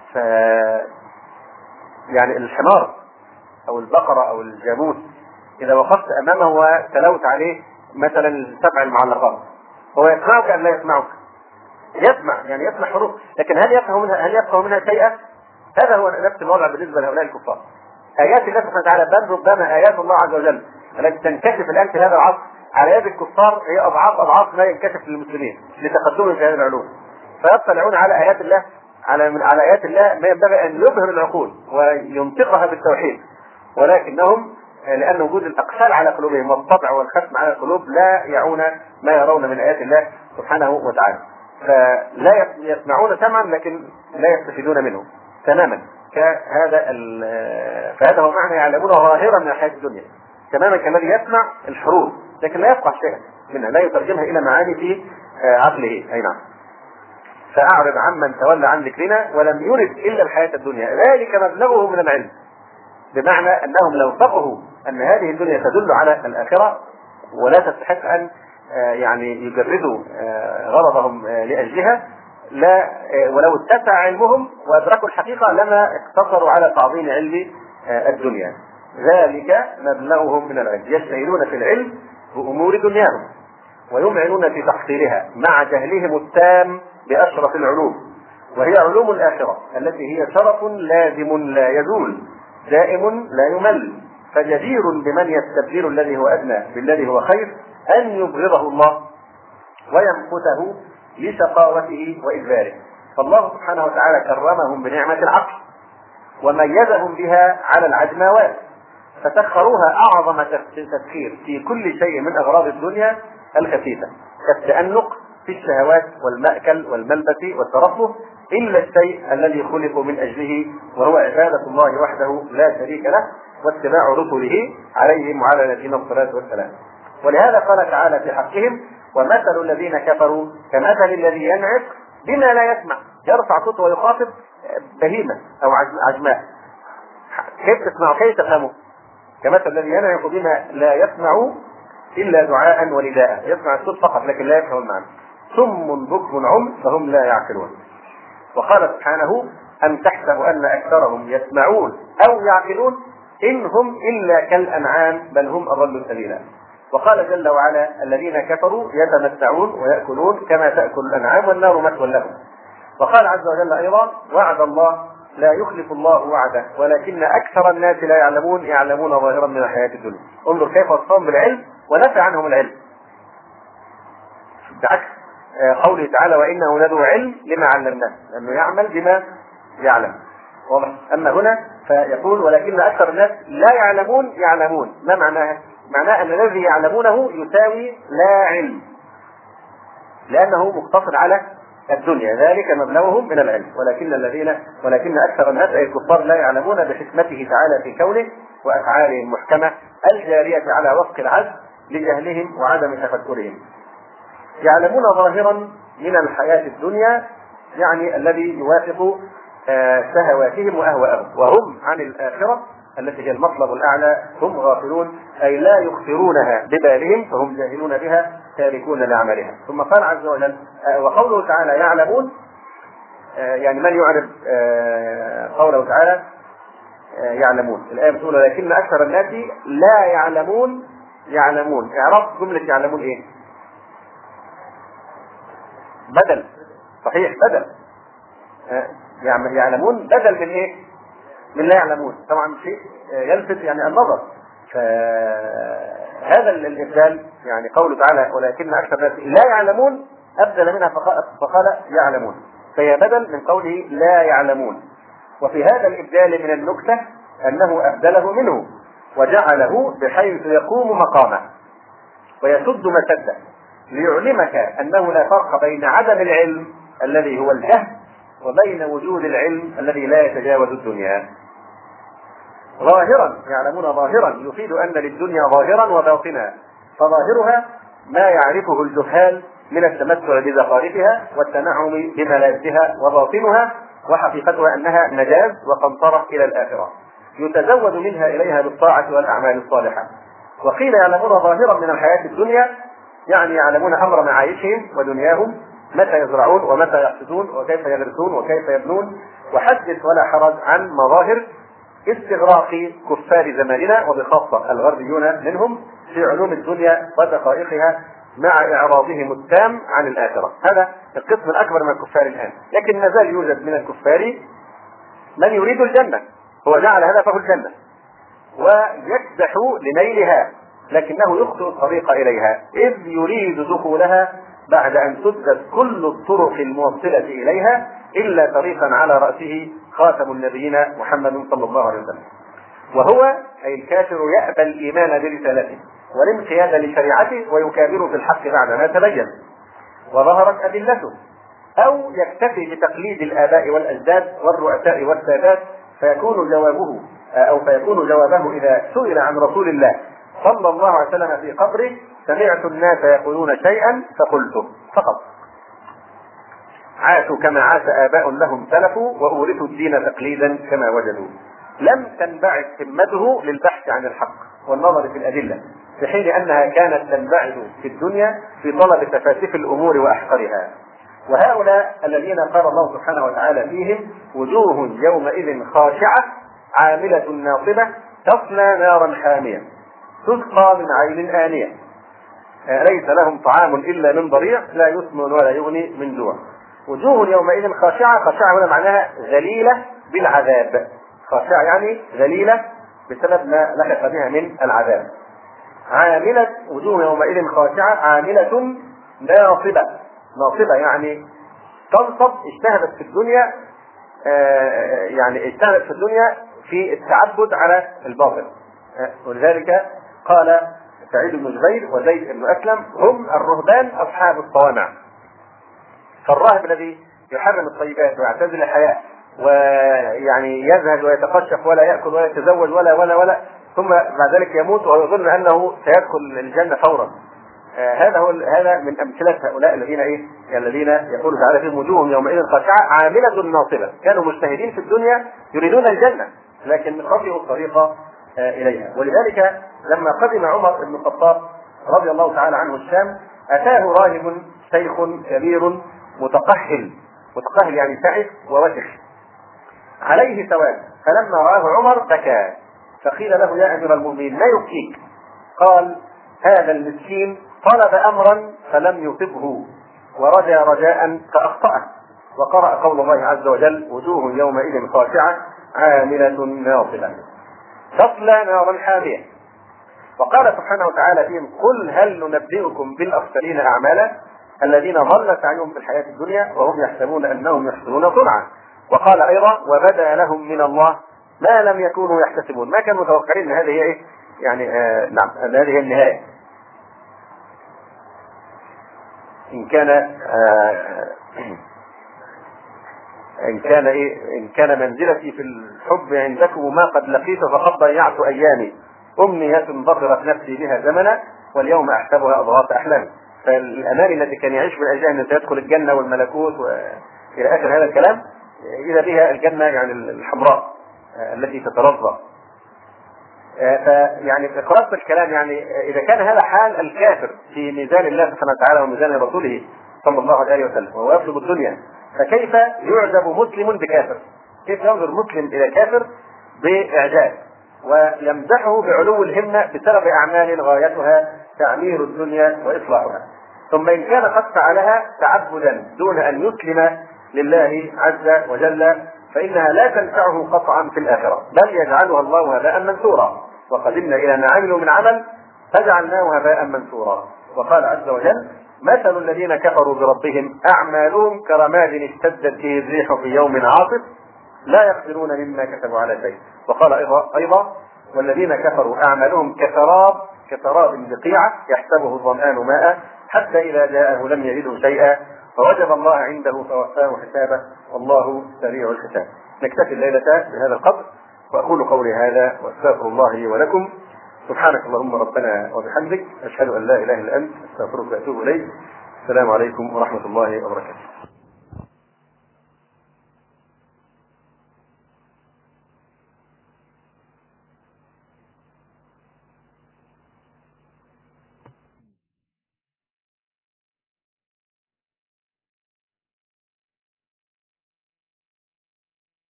يعني الحمار أو البقرة أو الجاموس إذا وقفت أمامه وتلوت عليه مثلا السبع المعلقات هو يسمعك أم لا يسمعك؟ يسمع، يعني يسمع حروف، لكن هل يفهم منها شيئا؟ هذا هو نفس الوضع بالنسبة لهؤلاء الكفار. آيات الله سبحانه وتعالى بل ربما آيات الله عز وجل التي تنكشف الآن في هذا العصر على يد الكفار هي أضعاف ما ينكشف للمسلمين لتقدمهم في هذه العلوم، فيطلعون على آيات الله على آيات الله ما ينبغي أن يبهر العقول وينطقها بالتوحيد، ولكنهم لأن وجود الأقفال على قلوبهم والطبع والختم على القلوب لا يعون ما يرون من آيات الله سبحانه وتعالى، فلا يسمعون سمعا لكن لا يستفيدون منه تماما. فهذا هو معنى يعلمون ظاهرا من الحياة الدنيا، تماما كالذي يسمع الحروف لكن لا يفقه شيئا منها، لا يترجمها إلى معاني في عقله. أي نعم. فأعرض عمن تولى عن ذكرنا ولم يرد إلا الحياة الدنيا ذلك مبلغه من العلم، بمعنى أنهم لو فقهوا أن هذه الدنيا تدل على الآخرة ولا تستحق أن يعني يجردوا غرضهم لأجلها، لا ولو اتسع علمهم وأدركوا الحقيقة لما اقتصروا على تعظيم علم الدنيا. ذلك مبلغهم من العلم، يجتهدون في العلم بأمور دنياهم ويمعنون في تحصيلها مع جهلهم التام بأشرف العلوم، وهي علوم الآخرة التي هي شرف لازم لا يزول دائم لا يمل، فجدير بمن يستبدل الذي هو أدنى بالذي هو خير أن يبغضه الله ويمقته لشقاوته وإذلاله. فالله سبحانه وتعالى كرمهم بنعمة العقل وميزهم بها على العجماوات، فسخروها أعظم تسخير في كل شيء من أغراض الدنيا الخفيفة كالتأنق في الشهوات والمأكل والملبس والترفه، إلا الشيء الذي خلقوا من أجله وهو عبادة الله وحده لا شريك له واتباع رسله عليهم وعلى نبينا الصلاة والسلام. ولهذا قال تعالى في حقهم: ومثل الذين كفروا كمثل الذي ينعق بما لا يسمع، يرفع صوته ويخاطب بهيمة أو عجماء، كيف تسمعوا كيف تفهموا؟ كمثل الذي ينعق بما لا يسمع إلا دعاء ونداء، يسمع الصوت فقط لكن لا يفهم المعنى، صم بكم عم فهم لا يعقلون. وقال سبحانه: أم تحسب أن أكثرهم يسمعون أو يعقلون إن هم إلا كالأنعام بل هم أضل سبيلا. وقال جل وعلا: الذين كفروا يتمتعون ويأكلون كما تأكل الأنعام والنار مثوى لهم. وقال عز وجل أيضا: وعد الله لا يخلف الله وعده ولكن أكثر الناس لا يعلمون ظاهرا من الحياة الدنيا. انظر كيف وصفهم بالعلم ونفى عنهم العلم، بعكس قوله تعالى وإنه لذو علم لما علمناه، لأنه يعمل بما يعلم. واضح؟ أما هنا فيقول ولكن أكثر الناس لا يعلمون يعلمون. ما معناها؟ معناه أن الذي يعلمونه يساوي لا علم، لأنه مقتصر على الدنيا، ذلك مبلغهم من العلم. ولكن أكثر الناس أي الكفار لا يعلمون بحكمته تعالى في كونه وأفعاله المحكمة الجارية على وفق العدل لجهلهم وعدم تفكرهم. يعلمون ظاهرا من الحياة الدنيا، يعني الذي يوافق شهواتهم وأهواءهم، وهم عن الآخرة التي هي المطلب الأعلى هم غافلون، أي لا يخطرونها ببالهم، فهم جاهلون بها تاركون لعملها. ثم قال عز وجل وقوله تعالى يعلمون، يعني من يعرف قوله تعالى يعلمون؟ الآية بتقول ولكن أكثر الناس لا يعلمون يعلمون. إعراب جملة يعلمون إيه؟ بدل. صحيح، بدل. يعلمون بدل من إيه؟ من لا يعلمون. طبعا شيء يلفت يعني النظر. فهذا الإبدال يعني قوله تعالى ولكن أكثر الناس لا يعلمون أبدل منها فقال يعلمون، فهي بدل من قوله لا يعلمون. وفي هذا الإبدال من النكتة أنه أبدله منه وجعله بحيث يقوم مقامه ويسد مسده، ليعلمك أنه لا فرق بين عدم العلم الذي هو الجهل وبين وجود العلم الذي لا يتجاوز الدنيا. ظاهرا، يعلمون ظاهرا يفيد أن للدنيا ظاهرا وباطنا، فظاهرها ما يعرفه الجهال من التمتع بزخارفها والتنعم بملازها، وباطنها وحقيقتها أنها مجاز وقنطرة إلى الآخرة يتزود منها إليها بالطاعة والأعمال الصالحة. وقيل يعلمون ظاهرا من الحياة الدنيا، يعني يعلمون أمر معايشهم ودنياهم، متى يزرعون ومتى يحصدون وكيف يغرسون وكيف يبنون. وحدث ولا حرج عن مظاهر استغراق كفار زماننا وبخاصة الغربيون منهم في علوم الدنيا ودقائقها مع إعراضهم التام عن الآخرة. هذا القسم الأكبر من الكفار الآن، لكن ما زال يوجد من الكفار من يريد الجنة، هو جعل هدفه الجنة ويكدح لنيلها، لكنه يخطئ الطريق إليها إذ يريد دخولها بعد أن سدت كل الطرق الموصلة إليها إلا طريقا على رأسه خاتم النبيين محمد صلى الله عليه وسلم. وهو أي الكافر يأبى الإيمان برسالته والانقياد لشريعته ويكابر في الحق بعدما تبين وظهرت أدلته، أو يكتفي بتقليد الآباء والأجداد والرؤساء والسادات فيكون جوابه إذا سئل عن رسول الله صلى الله عليه وسلم في قبره سمعت الناس يقولون شيئا فقلته فقط. عاشوا كما عاش آباء لهم سلفوا وأورثوا الدين تقليدا كما وجدوا. لم تنبعث همته للبحث عن الحق والنظر في الأدلة، في حين أنها كانت تنبعث في الدنيا في طلب تفاسيف الأمور وأحقرها. وهؤلاء الذين قال الله سبحانه وتعالى فيهم وجوه يومئذ خاشعة عاملة ناصبة تصلى نارا حامية تسقى من عين آنية ليس لهم طعام إلا من ضريع لا يسمن ولا يغني من جوع. وجوه يومئذ خاشعة، خاشعة هنا معناها ذليلة بالعذاب، خاشعة يعني ذليلة بسبب ما لحق بها من العذاب. عاملة، وجوه يومئذ خاشعة عاملة ناصبة، ناصبة يعني تنصب، اجتهدت في الدنيا يعني اجتهدت في الدنيا في التعبد على الباطل. ولذلك قال سعيد بن جبير وزيد بن أسلم هم الرهبان أصحاب الصوامع. فالراهب الذي يحرم الطيبات ويعتزل الحياة ويعني يزهد ويتقشف ولا يأكل ولا يتزوج ولا ثم بعد ذلك يموت ويظن أنه سيدخل الجنة فورا. هذا من أمثلة هؤلاء الذين يقول تعالى فيهم وجوههم يومئذ خاشعة عاملة ناصبة، كانوا مجتهدين في الدنيا يريدون الجنة لكن خطئوا الطريق إليها. ولذلك لما قدم عمر بن الخطاب رضي الله تعالى عنه الشام أتاه راهب شيخ كبير متقهل يعني تعب ووسخ عليه سواد، فلما رآه عمر بكى فقيل له يا أمير المؤمنين ما يبكيك؟ قال هذا المسكين طلب أمرا فلم يصبه ورجى رجاء فأخطأه. وقرأ قول الله عز وجل وجوه يومئذ خاشعة عاملة ناصبة تصلى نارا حامية. وقال سبحانه وتعالى فيهم قل هل ننبئكم بالأخسرين أعمالا الذين ضل سعيهم في الحياة الدنيا وهم يحسبون أنهم يحسنون صنعا. وقال أيضا وبدا لهم من الله ما لم يكونوا يحتسبون. ما كانوا متوقعين أن هذه هي إيه؟ يعني نعم أن هذه هي النهاية. إن كان منزلتي في الحب عندكم ما قد لقيت فقد ضيعت أيامي، أمنية ضفرت نفسي بها زمنا واليوم أحسبها أضغاث أحلامي. فالأماني التي كان يعيش من أجلها أن سيدخل الجنة والملكوت وإلى آخر هذا الكلام، إذا بها الجنة يعني الحمراء التي تترضى. فيعني قرأت الكلام، يعني إذا كان هذا حال الكافر في ميزان الله سبحانه وتعالى وميزان رسوله صلى الله عليه وسلم وهو يطلب الدنيا، فكيف يعجب مسلم بكافر؟ كيف ينظر مسلم إلى كافر بإعجاب ويمدحه بعلو الهمة بسبب أعمال غايتها تعمير الدنيا وإصلاحها؟ ثم إن كان قد فعلها تعبدا دون أن يسلم لله عز وجل فإنها لا تنفعه قطعا في الآخرة، بل يجعلها الله هباء منثورا. وقدمنا إلى ما عملوا من عمل فجعلناه هباء منثورا. وقال عز وجل مثل الذين كفروا بربهم أعمالهم كرماد اشتدت به الريح في يوم عاصف لا يقدرون مما كسبوا على شيء. وقال أيضا والذين كفروا أعمالهم كسراب بقيعة يحسبه الظمآن ماء حتى إذا جاءه لم يجده شيئا فوجد الله عنده فوفاه حسابه والله سريع الحساب. نكتفي الليلة بهذا القدر، وأقول قولي هذا وأستغفر الله لي ولكم. سبحانك اللهم ربنا وبحمدك أشهد أن لا إله إلا أنت أستغفرك وأتوب إليك. السلام عليكم ورحمة الله وبركاته.